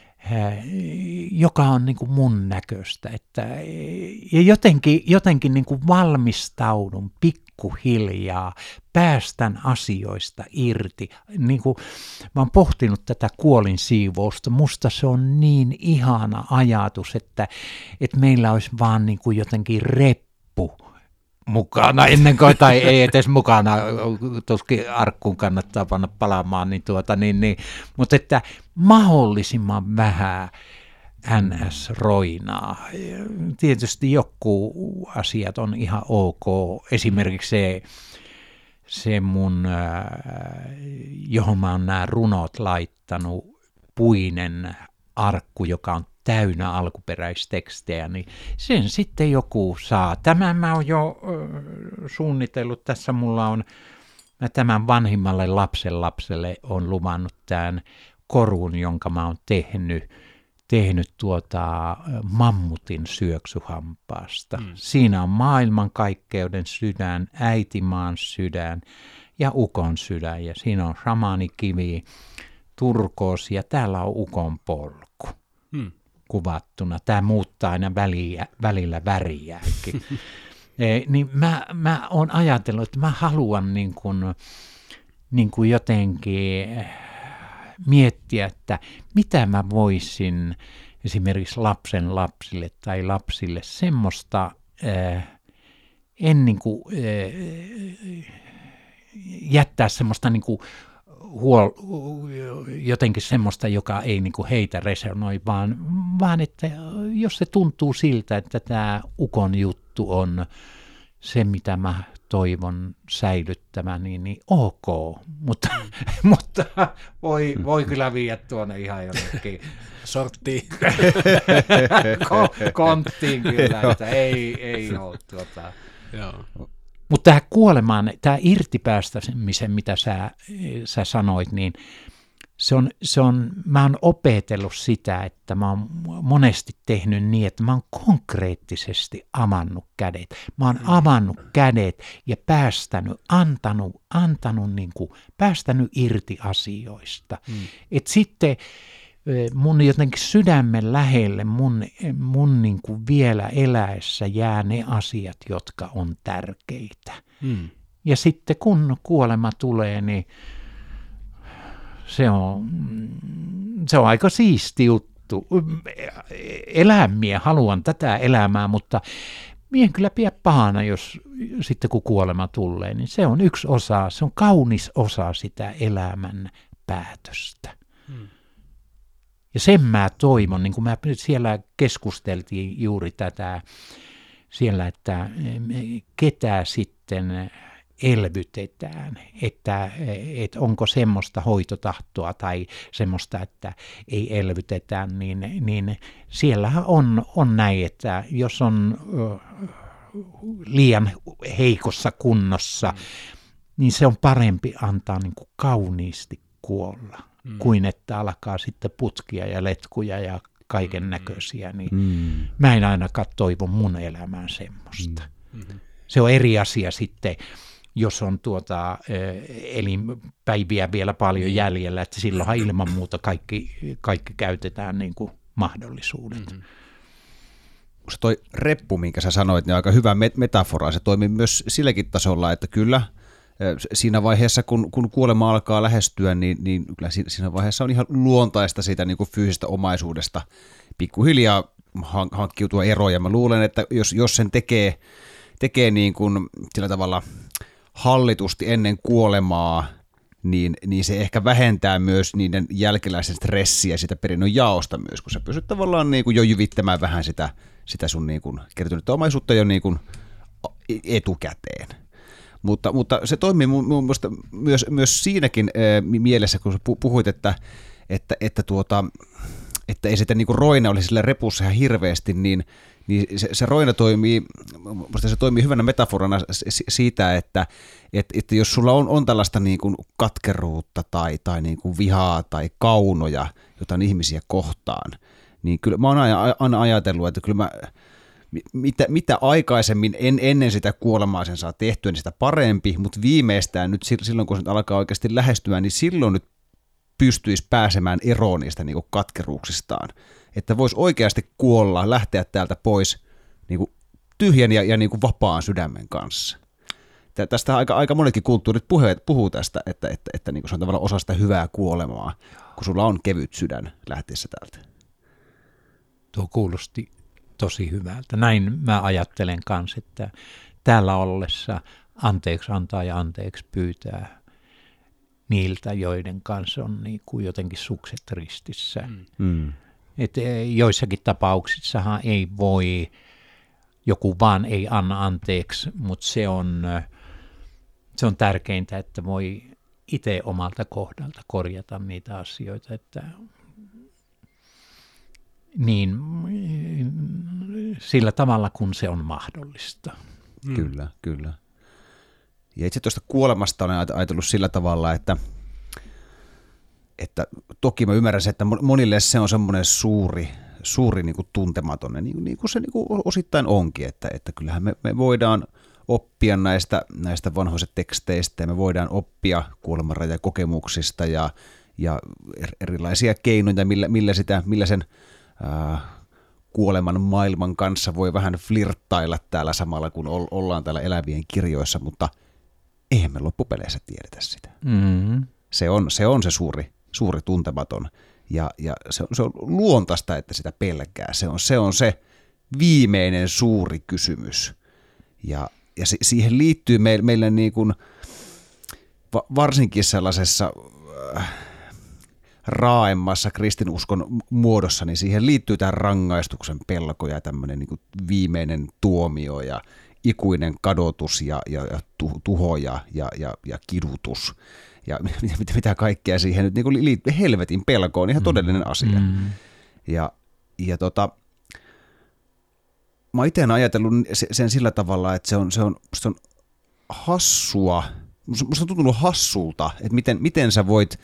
joka on niin kuin mun näköistä. Että, ja jotenkin, jotenkin niin kuin valmistaudun pikkuhiljaa, päästän asioista irti. Niin kuin, mä oon pohtinut tätä kuolinsiivousta. Musta se on niin ihana ajatus, että, että meillä olisi vaan niin kuin jotenkin reppu mukana ennen kuin, tai ei edes mukana, tuskin arkkuun kannattaa panna palaamaan, niin tuota, niin, niin, mutta että mahdollisimman vähän N S-roinaa. Tietysti joku asiat on ihan ok, esimerkiksi se, se mun, johon mä oon nämä runot laittanut, puinen arkku, joka on täynnä alkuperäistekstejä, niin sen sitten joku saa. Tämän mä oon jo äh, suunnitellut. Tässä mulla on, mä tämän vanhimmalle lapsen lapselle on luvannut tämän korun, jonka mä oon tehnyt, tehnyt tuota mammutin syöksyhampaasta. Mm. Siinä on maailmankaikkeuden sydän, äitimaan sydän ja ukon sydän. Ja siinä on shamanikivi, turkoosi ja täällä on ukon polku. Mm. Kuvattuna. Tämä muuttaa aina väliä, välillä väriäkin. E, niin mä, mä oon ajatellut, että mä haluan niin kuin, niin kuin jotenkin miettiä, että mitä mä voisin esimerkiksi lapsen lapsille tai lapsille semmoista, ää, en niin kuin, ää, jättää semmoista niin kuin huol, jotenkin semmoista, joka ei niin kuin heitä resonoi, vaan, vaan että jos se tuntuu siltä, että tämä ukon juttu on se, mitä mä toivon säilyttämään, niin, niin ok, mutta, mutta voi, voi kyllä viedä tuonne ihan jonnekin sorttiin konttiin kyllä, että ei, ei ole tuota. Joo. Mutta tämä kuolemaan, tämä irtipäästämisen, mitä sä, sä sanoit, niin se on, se on, mä oon opetellut sitä, että mä oon monesti tehnyt niin, että mä oon konkreettisesti avannut kädet. Mä oon avannut kädet ja päästänyt, antanut, antanut niin kuin, päästänyt irti asioista. Mm. Et sitten mun jotenkin sydämen lähelle, mun, mun niin kuin vielä eläessä jää ne asiat, jotka on tärkeitä. Mm. Ja sitten kun kuolema tulee, niin se on, se on aika siisti juttu. Elämiä, haluan tätä elämää, mutta mien kyllä pidä pahana, jos sitten kun kuolema tulee, niin se on yksi osa, se on kaunis osa sitä elämän päätöstä. Hmm. Ja sen mä toivon, niin kuin mä siellä keskusteltiin juuri tätä siellä, että ketä sitten elvytetään, että, että onko semmoista hoitotahtoa tai semmoista, että ei elvytetä, niin, niin siellähän on, on näin, että jos on liian heikossa kunnossa, mm. niin se on parempi antaa niin kuin kauniisti kuolla, mm. kuin että alkaa sitten putkia ja letkuja ja kaiken näköisiä. Niin mm. mä en ainakaan toivo mun elämään semmoista. Mm. Se on eri asia sitten, jos on tuota, elinpäiviä vielä paljon jäljellä, että silloinhan ilman muuta kaikki, kaikki käytetään niin kuin mahdollisuudet. Mm-hmm. Se toi reppu, minkä sä sanoit, niin on aika hyvä metafora. Se toimii myös silläkin tasolla, että kyllä siinä vaiheessa, kun, kun kuolema alkaa lähestyä, niin, niin kyllä siinä vaiheessa on ihan luontaista siitä niin kuin fyysisestä omaisuudesta pikkuhiljaa hankkiutua eroja. Mä luulen, että jos, jos sen tekee, tekee niin kuin sillä tavalla hallitusti ennen kuolemaa, niin, niin se ehkä vähentää myös niiden jälkeläisen stressiä sitä perinnön jaosta myös, kun sä pystyt tavallaan niin kuin jo jyvittämään vähän sitä, sitä sun niin kuin kertynyttä omaisuutta jo niin kuin etukäteen. Mutta, mutta se toimii mun mielestä myös, myös siinäkin äh, mielessä, kun sä puhuit, että, että, että, tuota, että ei sitä niin kuin roina olisi sillä repussa ihan hirveästi, niin niin se, se roina toimii, musta se toimii hyvänä metaforana siitä, että, että, että jos sulla on, on tällaista niin kuin katkeruutta tai, tai niin kuin vihaa tai kaunoja jotain ihmisiä kohtaan, niin kyllä mä oon aina ajatellut, että kyllä mä, mitä, mitä aikaisemmin en, ennen sitä kuolemaa sen saa tehtyä, niin sitä parempi, mutta viimeistään nyt silloin, kun se alkaa oikeasti lähestyä, niin silloin nyt pystyisi pääsemään eroon niistä niin kuin katkeruuksistaan. Että voisi oikeasti kuolla, lähteä täältä pois niin kuin tyhjän ja, ja niin kuin vapaan sydämen kanssa. Tästä aika, aika monetkin kulttuurit puheet, puhuu tästä, että, että, että niin kuin se on tavallaan osa sitä hyvää kuolemaa, kun sulla on kevyt sydän lähtiessä täältä. Tuo kuulosti tosi hyvältä. Näin mä ajattelen kanssa, että täällä ollessa anteeksi antaa ja anteeksi pyytää niiltä, joiden kanssa on niin kuin jotenkin sukset ristissä. Mm. Että joissakin tapauksissahan ei voi, joku vaan ei anna anteeksi, mutta se on, se on tärkeintä, että voi itse omalta kohdalta korjata niitä asioita, että niin sillä tavalla, kun se on mahdollista. Mm. Kyllä, kyllä. Ja itse tuosta kuolemasta olen ajatellut sillä tavalla, että että toki mä ymmärrän se, että monille se on semmoinen suuri, suuri niin kuin tuntematon, niin, niin kuin se niin kuin osittain onkin, että, että kyllähän me, me voidaan oppia näistä, näistä vanhoista teksteistä ja me voidaan oppia kuolemanrajakokemuksista ja, ja erilaisia keinoja, millä, millä, sitä, millä sen ää, kuoleman maailman kanssa voi vähän flirttailla täällä samalla, kun ollaan täällä elävien kirjoissa, mutta eihän me loppupeleissä tiedetä sitä. Mm-hmm. Se on se, on se suuri, suuri tuntematon, ja, ja se, on, se on luontaista, että sitä pelkää. Se on se, on se viimeinen suuri kysymys, ja, ja si, siihen liittyy me, meille niin kuin, va, varsinkin sellaisessa äh, raaemmassa kristinuskon muodossa, niin siihen liittyy tämä rangaistuksen pelko ja tämmöinen niin kuin viimeinen tuomio ja ikuinen kadotus ja, ja, ja tuho ja, ja, ja, ja kidutus ja mitä, mitä kaikkea siihen nyt niin kuin liittyy. Helvetin pelko on ihan todellinen asia. Mm. Ja, ja tota, mä itse ajatellut sen sillä tavalla, että se on, se on, se on hassua, musta on tuntunut hassulta, että miten, miten sä voit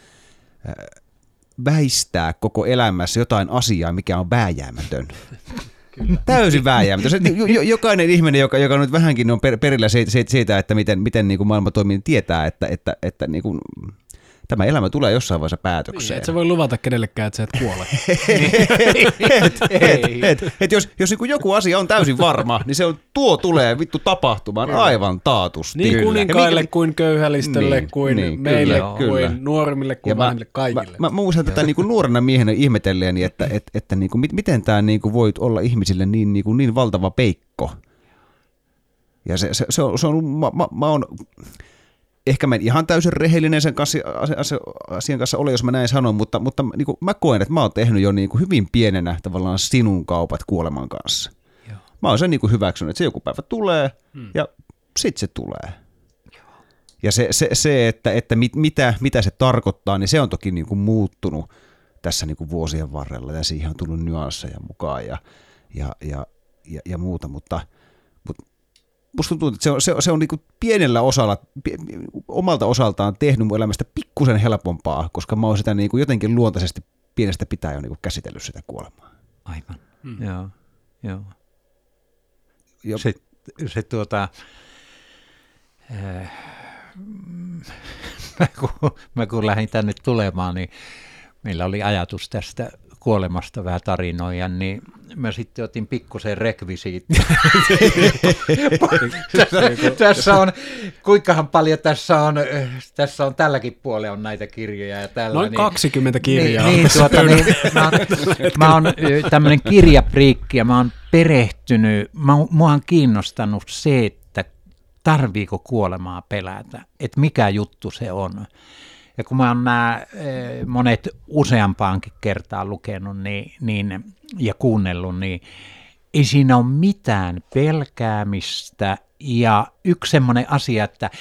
väistää koko elämässä jotain asiaa, mikä on vääjäämätön. Kyllä. Täysin vääjäämätön. Jokainen ihminen, joka, joka nyt vähänkin on per, perillä siitä, että miten, miten niin kuin maailma toimii, tietää, että, että, että niin kuin, tämä elämä tulee jossain vaiheessa päätökseen. Niin, et sä voi luvata kenellekään, että sä et kuole. et, et, et, et jos jos niin joku asia on täysin varma, niin se on, tuo tulee vittu tapahtumaan aivan taatusti. Niin kyllä. Kuninkaille kuin köyhälistelle, niin, kuin niin, meille, kyllä, kuin kyllä. nuorimmille, kuin vanhille, kaikille. Mä, mä muistan tätä niin kuin nuorena miehenä ihmetelleeni, että et, että niin kuin, miten tämä niin kuin voit olla ihmisille niin, niin, kuin niin valtava peikko. Ja se, se, se on, se on mä, mä, mä oon... Ehkä mä en ihan täysin rehellinen sen kanssa, asian kanssa ole, jos mä näin sanon, mutta, mutta niin kuin mä koen, että mä oon tehnyt jo niin kuin hyvin pienenä tavallaan sinun kaupat kuoleman kanssa. Joo. Mä oon sen niin kuin hyväksynyt, että se joku päivä tulee hmm. ja sit se tulee. Joo. Ja se, se, se että, että mit, mitä, mitä se tarkoittaa, niin se on toki niin kuin muuttunut tässä niin kuin vuosien varrella ja siihen on tullut nyansseja mukaan ja, ja, ja, ja, ja muuta, mutta... mutta musta tuntuu, että se on, se on, se on niin kuin pienellä osalla, omalta osaltaan tehnyt mun elämästä pikkusen helpompaa, koska mä oon sitä niin kuin jotenkin luontaisesti pienestä pitää jo niin kuin käsitellyt sitä kuolemaa. Aivan, hmm. joo. joo. Jo. Se, se tuota, äh, mä, kun, mä kun lähdin tänne tulemaan, niin meillä oli ajatus tästä kuolemasta vähän tarinoja, niin mä sitten otin pikkusen rekvisiittia. tässä, tässä on, kuinkahan paljon tässä on, tässä on tälläkin puolella on näitä kirjoja. Ja tällä, Noin niin, kaksikymmentä kirjaa. Niin, niin, tuota, niin, mä, mä oon tämmöinen kirjapriikki ja mä oon perehtynyt, mä, mua on kiinnostanut se, että tarviiko kuolemaa pelätä, että mikä juttu se on. Ja kun mä oon nämä monet useampaankin kertaan lukenut niin, niin, ja kuunnellut, niin ei siinä ole mitään pelkäämistä. Ja yksi semmoinen asia, että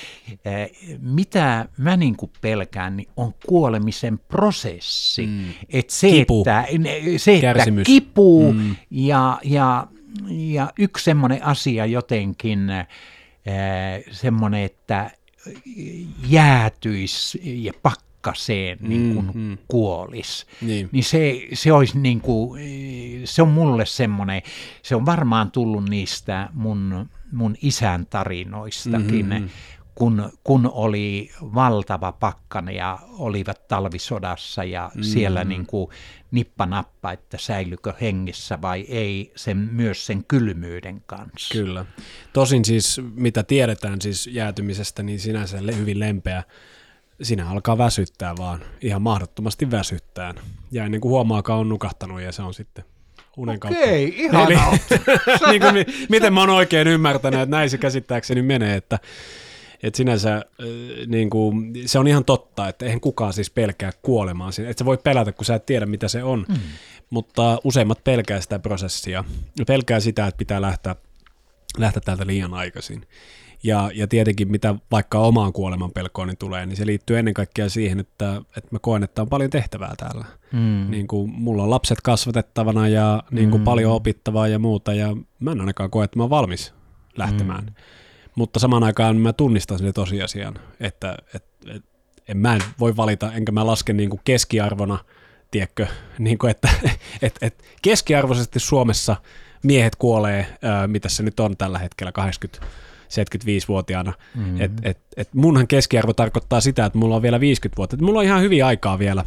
mitä mä niin kuin pelkään, niin on kuolemisen prosessi. Mm. Että se, kipu. Että, se, että kipu mm. ja, ja, ja yksi semmoinen asia jotenkin semmoinen, että jäätyisi ja pakkaseen niin kuin mm, mm. kuolisi, niin, niin se, se olisi niin kuin, se on mulle semmoinen, se on varmaan tullut niistä mun, mun isän tarinoistakin, mm-hmm. kun, kun oli valtava pakkane ja olivat talvisodassa ja mm-hmm. siellä niin kuin nippanappa, että säilykö hengissä vai ei, sen, myös sen kylmyyden kanssa. Kyllä. Tosin siis, mitä tiedetään siis jäätymisestä, niin sinänsä hyvin lempeä. Siinä alkaa väsyttää vaan, ihan mahdottomasti väsyttää. Ja ennen kuin huomaakaan on nukahtanut ja se on sitten unen kautta. Okei, ihanaa. niin kuin, miten mä oon oikein ymmärtänyt, että näin se käsittääkseni menee, että että sinänsä niin kuin, se on ihan totta, että eihän kukaan siis pelkää kuolemaa. Että sä voi pelätä, kun sä et tiedä, mitä se on. Mm. Mutta useimmat pelkää sitä prosessia. Pelkää sitä, että pitää lähteä, lähteä täältä liian aikaisin. Ja, ja tietenkin, mitä vaikka omaan kuoleman pelkoon tulee, niin se liittyy ennen kaikkea siihen, että, että mä koen, että on paljon tehtävää täällä. Mm. Niin kuin, mulla on lapset kasvatettavana ja niin kuin, mm. paljon opittavaa ja muuta. Ja mä en ainakaan koe, että mä oon valmis lähtemään. Mm. Mutta samaan aikaan mä tunnistan sen tosiasian, että et, et, en mä en voi valita, enkä mä laske niin kuin keskiarvona, tiedätkö, niin kuin että et, et keskiarvoisesti Suomessa miehet kuolee, ää, mitä se nyt on tällä hetkellä, kahdeksankymmentä-seitsemänkymmentäviisivuotiaana. Mm-hmm. Et, et, et munhan keskiarvo tarkoittaa sitä, että mulla on vielä viisikymmentä vuotta, että mulla on ihan hyvin aikaa vielä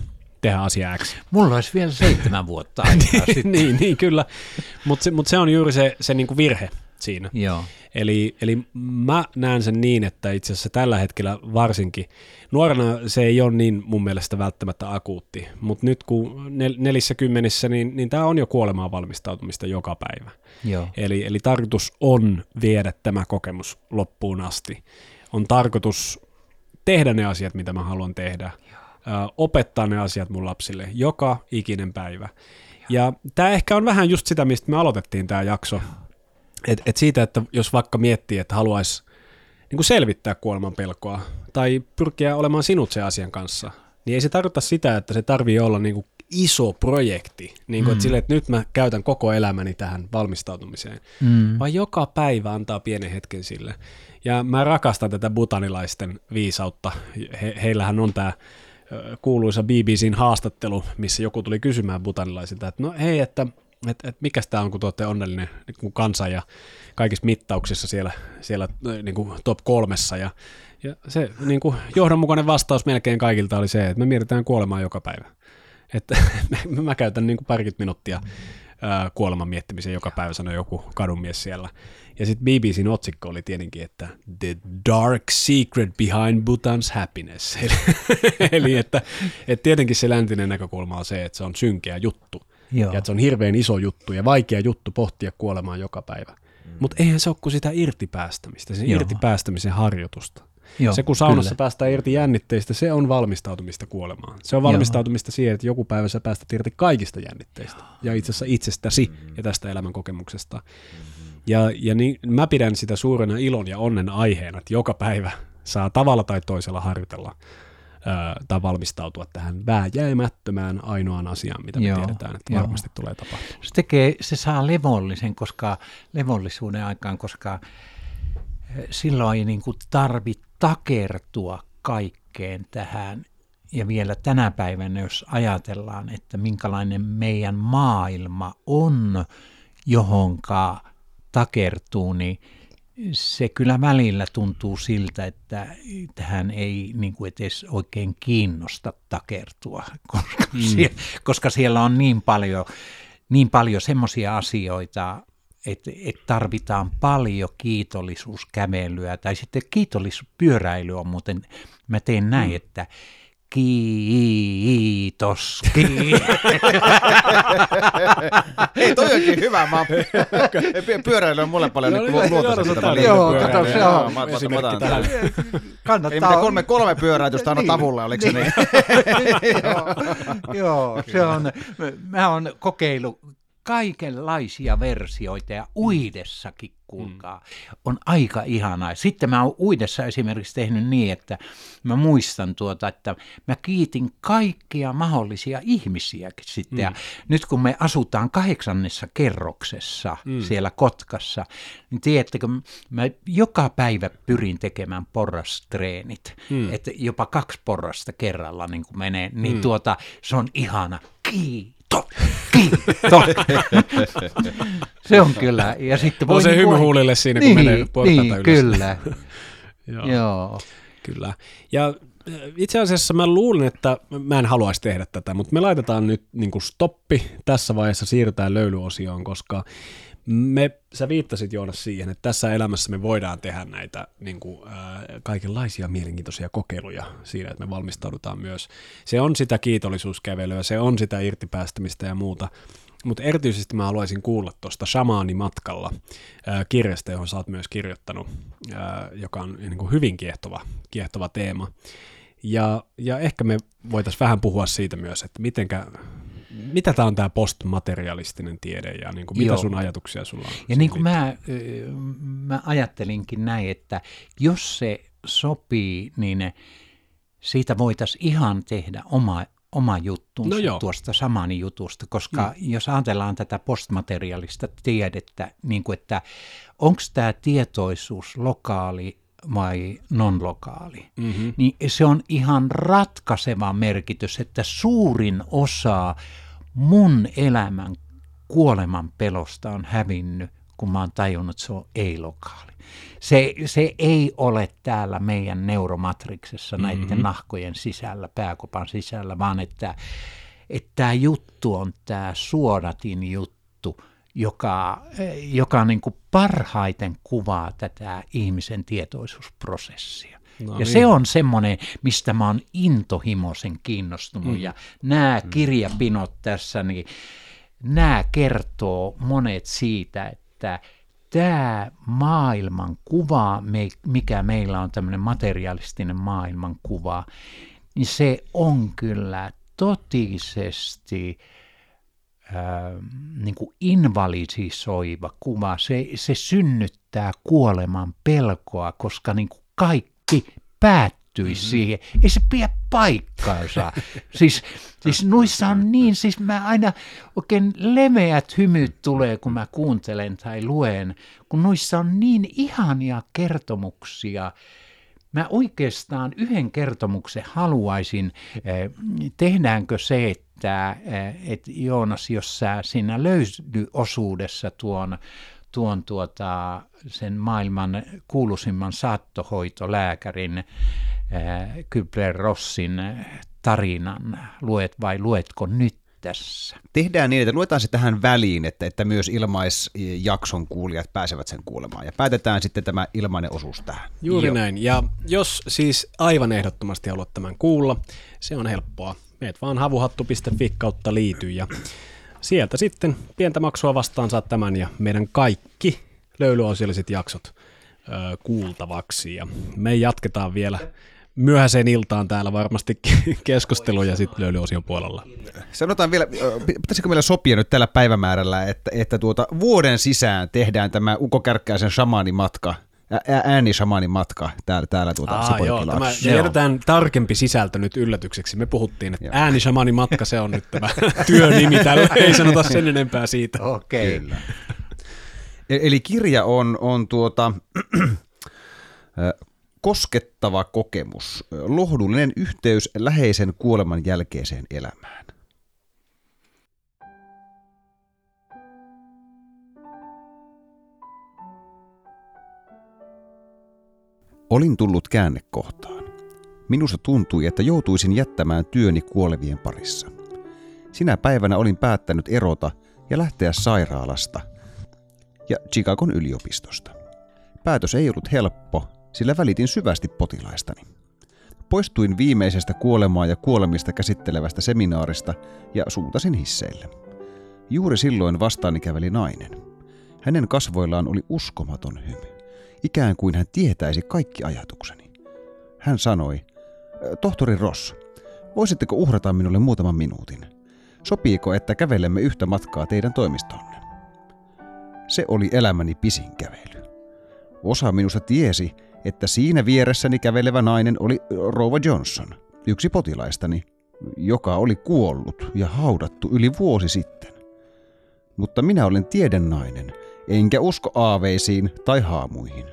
tehdä asia X. Mulla olisi vielä seitsemän vuotta aikaa sitten. niin, niin, kyllä, mutta se, mut se on juuri se, se niinku virhe siinä. Joo. Eli, eli mä näen sen niin, että itse asiassa tällä hetkellä varsinkin, nuorena se ei ole niin mun mielestä välttämättä akuutti, mutta nyt kun nel, nelissä kymmenissä, niin, niin tämä on jo kuolemaan valmistautumista joka päivä. Joo. Eli, eli tarkoitus on viedä tämä kokemus loppuun asti. On tarkoitus tehdä ne asiat, mitä mä haluan tehdä, ö, opettaa ne asiat mun lapsille joka ikinen päivä. Joo. Ja tämä ehkä on vähän just sitä, mistä me aloitettiin tämä jakso. Et, et siitä, että jos vaikka miettii, että haluaisi niin selvittää kuoleman pelkoa tai pyrkiä olemaan sinut sen asian kanssa, niin ei se tarkoita sitä, että se tarvii olla niin kuin iso projekti, niin kuin, mm. että, sille, että nyt mä käytän koko elämäni tähän valmistautumiseen, mm. vaan joka päivä antaa pienen hetken sille. Ja mä rakastan tätä bhutanilaisten viisautta. He, heillähän on tämä kuuluisa B B C:n haastattelu, missä joku tuli kysymään bhutanilaisilta, että no hei, että Että et mikäs tämä on, kun te olette onnellinen niin kansa ja kaikissa mittauksissa siellä, siellä niin kuin top kolmessa. Ja, ja se niin kuin johdonmukainen vastaus melkein kaikilta oli se, että me mietitään kuolemaa joka päivä. Että mä käytän niin kuin parikymmentä minuuttia ää, kuoleman miettimiseen joka päivä, sanoi joku kadunmies siellä. Ja sitten B B C:n otsikko oli tietenkin, että The Dark Secret Behind Bhutan's Happiness. Eli, eli että, että tietenkin se läntinen näkökulma on se, että se on synkeä juttu. Joo. Ja että se on hirveän iso juttu ja vaikea juttu pohtia kuolemaan joka päivä. Mm. Mutta eihän se ole kuin sitä irtipäästämistä, sen Joo. irtipäästämisen harjoitusta. Joo, se kun saunassa kyllä. päästään irti jännitteistä, se on valmistautumista kuolemaan. Se on valmistautumista Joo. siihen, että joku päivä sä päästät irti kaikista jännitteistä. Joo. Ja itse asiassa itsestäsi mm-hmm. ja tästä elämän kokemuksesta. Mm-hmm. Ja, ja niin, mä pidän sitä suurena ilon ja onnen aiheena, että joka päivä saa tavalla tai toisella harjoitella tai valmistautua tähän vääjäämättömään ainoaan asiaan, mitä me Joo, tiedetään, että varmasti jo. tulee tapahtumaan. Se, tekee, se saa levollisen, koska, levollisuuden aikaan, koska silloin ei niin kuin tarvitse takertua kaikkeen tähän. Ja vielä tänä päivänä, jos ajatellaan, että minkälainen meidän maailma on, johonka takertuu, niin se kyllä välillä tuntuu siltä, että tähän ei niin kuin edes oikein kiinnosta takertua, koska, mm. sie, koska siellä on niin paljon, niin paljon semmoisia asioita, että, että tarvitaan paljon kiitollisuuskävelyä, tai sitten kiitollisuuspyöräily on muuten, mä teen näin, mm. että kiitos, kiitos. Ei, toi onkin hyvä. Mä pyöräily on mulle paljon nyt luontoisesti. Joo, kato, se on. Esimerkki tähän. Kannattaa. Kolme, kolme pyöräytystä aina tavulle, oliko se niin? Joo, se on. Mä oon kokeillut kaikenlaisia versioita ja uidessakin, kuulkaa, mm. on aika ihanaa. Sitten mä oon uidessa esimerkiksi tehnyt niin, että mä muistan tuota, että mä kiitin kaikkia mahdollisia ihmisiäkin sitten. Mm. Ja nyt kun me asutaan kahdeksannessa kerroksessa mm. siellä Kotkassa, niin tiedättekö, mä joka päivä pyrin tekemään porrastreenit, mm. että jopa kaksi porrasta kerralla niin kun menee, niin mm. tuota, se on ihana. Kiitos. Kiitos. Se on kyllä. Ja sitten on se hymy huulille siinä, kun niin, menee portaita niin, ylös. Kyllä. Joo. Joo. Kyllä. Ja itse asiassa mä luulen, että mä en haluaisi tehdä tätä, mutta me laitetaan nyt niin kuin stoppi tässä vaiheessa, siirrytään löylyosioon, koska me, sä viittasit Joonas siihen, että tässä elämässä me voidaan tehdä näitä niin kuin, ää, kaikenlaisia mielenkiintoisia kokeiluja siinä, että me valmistaudutaan myös. Se on sitä kiitollisuuskävelyä, se on sitä irtipäästämistä ja muuta, mutta erityisesti mä haluaisin kuulla tuosta Shamaanimatkalla ää, kirjasta, johon sä oot myös kirjoittanut, ää, joka on niin kuin hyvin kiehtova, kiehtova teema. Ja, ja ehkä me voitaisiin vähän puhua siitä myös, että mitenkä... Mitä tämä on tämä postmaterialistinen tiede ja niin kuin, mitä sun ajatuksia sulla on? Ja niin kuin mä, mä ajattelinkin näin, että jos se sopii, niin siitä voitaisiin ihan tehdä oma, oma juttunsa no tuosta samani jutusta, koska mm. jos ajatellaan tätä postmateriaalista tiedettä, niin kuin, että onko tämä tietoisuus lokaali vai non-lokaali, mm-hmm. niin se on ihan ratkaiseva merkitys, että suurin osa mun elämän kuoleman pelosta on hävinnyt, kun mä oon tajunnut, että se on ei-lokaali. Se, se ei ole täällä meidän neuromatriksessa näiden mm-hmm. nahkojen sisällä, pääkopan sisällä, vaan että tämä juttu on tämä suodatin juttu, joka, joka niin kuin parhaiten kuvaa tätä ihmisen tietoisuusprosessia. No ja niin. Se on semmoinen, mistä mä oon intohimoisen kiinnostunut, mm. ja nämä kirjapinot tässä, niin nämä kertoo monet siitä, että tämä maailmankuva, mikä meillä on tämmöinen materialistinen maailmankuva, niin se on kyllä totisesti äh, niin kuin invalidisoiva kuva. Se, se synnyttää kuoleman pelkoa, koska niin kuin kaikki päättyisi mm-hmm. siihen. Ei se pidä paikkaansa. siis, siis noissa on niin, siis mä aina oikein lemeät hymyt tulee, kun mä kuuntelen tai luen, kun noissa on niin ihania kertomuksia. Mä oikeastaan yhden kertomuksen haluaisin, tehdäänkö se, että, että Joonas, jos sä siinä löydyosuudessa tuon, tuon tuota, sen maailman kuuluisimman saattohoitolääkärin Kübler-Rossin tarinan luet vai luetko nyt tässä? Tehdään niin, että luetaan se tähän väliin, että, että myös ilmaisjakson kuulijat pääsevät sen kuulemaan ja päätetään sitten tämä ilmainen osuus tähän. Juuri Joo. näin. Ja jos siis aivan ehdottomasti haluat tämän kuulla, se on helppoa. Meet vaan havuhattu piste fi kautta liity ja sieltä sitten pientä maksua vastaan saat tämän ja meidän kaikki löylyosialliset jaksot ö, kuultavaksi. Ja me jatketaan vielä myöhäiseen iltaan täällä varmasti keskusteluja sitten löylyosion puolella. Sanotaan vielä, pitäisikö meillä sopia nyt tällä päivämäärällä, että, että tuota, vuoden sisään tehdään tämä Uko Kärkkäisen shamaanimatka, ääni-shamaanimatka täällä, täällä tuota Aa, joo, tämä, ja jätetään tarkempi sisältö nyt yllätykseksi. Me puhuttiin, että ääni-shamaanimatka, se on nyt tämä työnimi tällä, ei sanota sen enempää siitä. Okei. Okay. Eli kirja on, on tuota... koskettava kokemus, lohdullinen yhteys läheisen kuoleman jälkeiseen elämään. Olin tullut käännekohtaan. Minusta tuntui, että joutuisin jättämään työni kuolevien parissa. Sinä päivänä olin päättänyt erota ja lähteä sairaalasta ja Chicagon yliopistosta. Päätös ei ollut helppo, sillä välitin syvästi potilaistani. Poistuin viimeisestä kuolemaa ja kuolemista käsittelevästä seminaarista ja suuntasin hisseille. Juuri silloin vastaani käveli nainen. Hänen kasvoillaan oli uskomaton hymy, ikään kuin hän tietäisi kaikki ajatukseni. Hän sanoi, tohtori Ross, voisitteko uhrata minulle muutaman minuutin? Sopiiko, että kävelemme yhtä matkaa teidän toimistonne? Se oli elämäni pisin kävely. Osa minusta tiesi, että siinä vieressäni kävelevä nainen oli rouva Johnson, yksi potilaistani, joka oli kuollut ja haudattu yli vuosi sitten. Mutta minä olen tiedennainen, enkä usko aaveisiin tai haamuihin.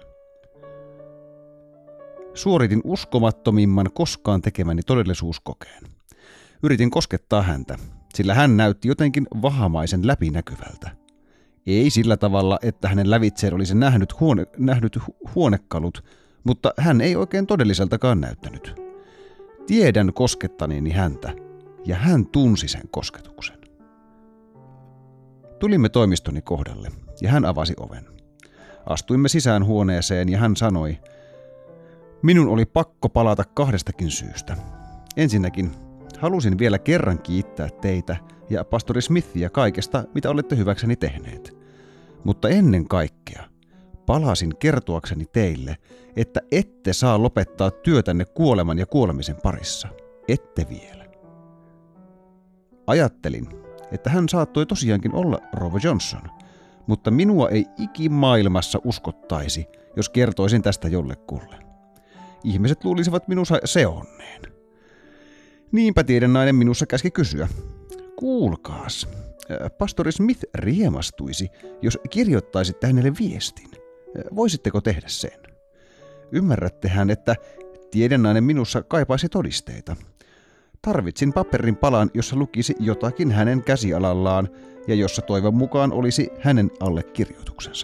Suoritin uskomattomimman koskaan tekemäni todellisuuskokeen. Yritin koskettaa häntä, sillä hän näytti jotenkin vahamaisen läpinäkyvältä. Ei sillä tavalla, että hänen lävitseen olisi nähnyt, huone, nähnyt hu- huonekalut, mutta hän ei oikein todelliseltakaan näyttänyt. Tiedän koskettaneeni häntä, ja hän tunsi sen kosketuksen. Tulimme toimistoni kohdalle, ja hän avasi oven. Astuimme sisään huoneeseen, ja hän sanoi, minun oli pakko palata kahdestakin syystä. Ensinnäkin, halusin vielä kerran kiittää teitä ja pastori Smithia kaikesta, mitä olette hyväkseni tehneet. Mutta ennen kaikkea palasin kertoakseni teille, että ette saa lopettaa työtänne kuoleman ja kuolemisen parissa. Ette vielä. Ajattelin, että hän saattoi tosiaankin olla rouva Johnson, mutta minua ei ikimaailmassa uskottaisi, jos kertoisin tästä jollekulle. Ihmiset luulisivat minussa seonneen. Niinpä tiedennainen minussa käski kysyä. Kuulkaas, pastori Smith riemastuisi, jos kirjoittaisitte hänelle viestin. Voisitteko tehdä sen? Ymmärrättehän, että tiedennainen minussa kaipaisi todisteita. Tarvitsin paperin palan, jossa lukisi jotakin hänen käsialallaan ja jossa toivon mukaan olisi hänen allekirjoituksensa.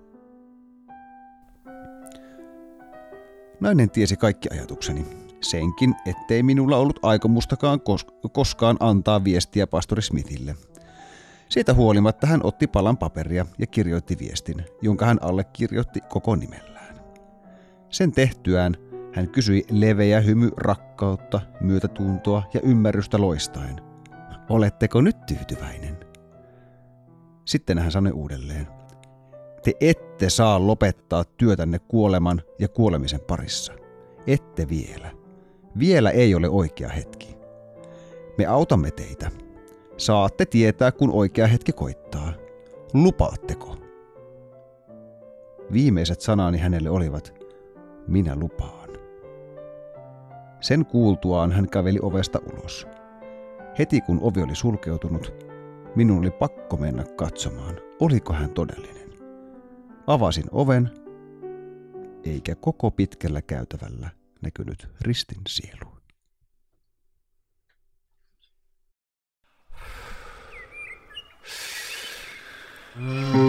Nainen tiesi kaikki ajatukseni. Senkin, ettei minulla ollut aikomustakaan kos- koskaan antaa viestiä pastori Smithille. Siitä huolimatta hän otti palan paperia ja kirjoitti viestin, jonka hän allekirjoitti koko nimellään. Sen tehtyään hän kysyi leveä hymy rakkautta, myötätuntoa ja ymmärrystä loistaen. Oletteko nyt tyytyväinen? Sitten hän sanoi uudelleen. Te ette saa lopettaa työtänne kuoleman ja kuolemisen parissa. Ette vielä. Vielä ei ole oikea hetki. Me autamme teitä. Saatte tietää, kun oikea hetki koittaa. Lupaatteko? Viimeiset sanani hänelle olivat, minä lupaan. Sen kuultuaan hän käveli ovesta ulos. Heti kun ovi oli sulkeutunut, minun oli pakko mennä katsomaan, oliko hän todellinen. Avasin oven, eikä koko pitkällä käytävällä näkynyt ristin sielu. Mm.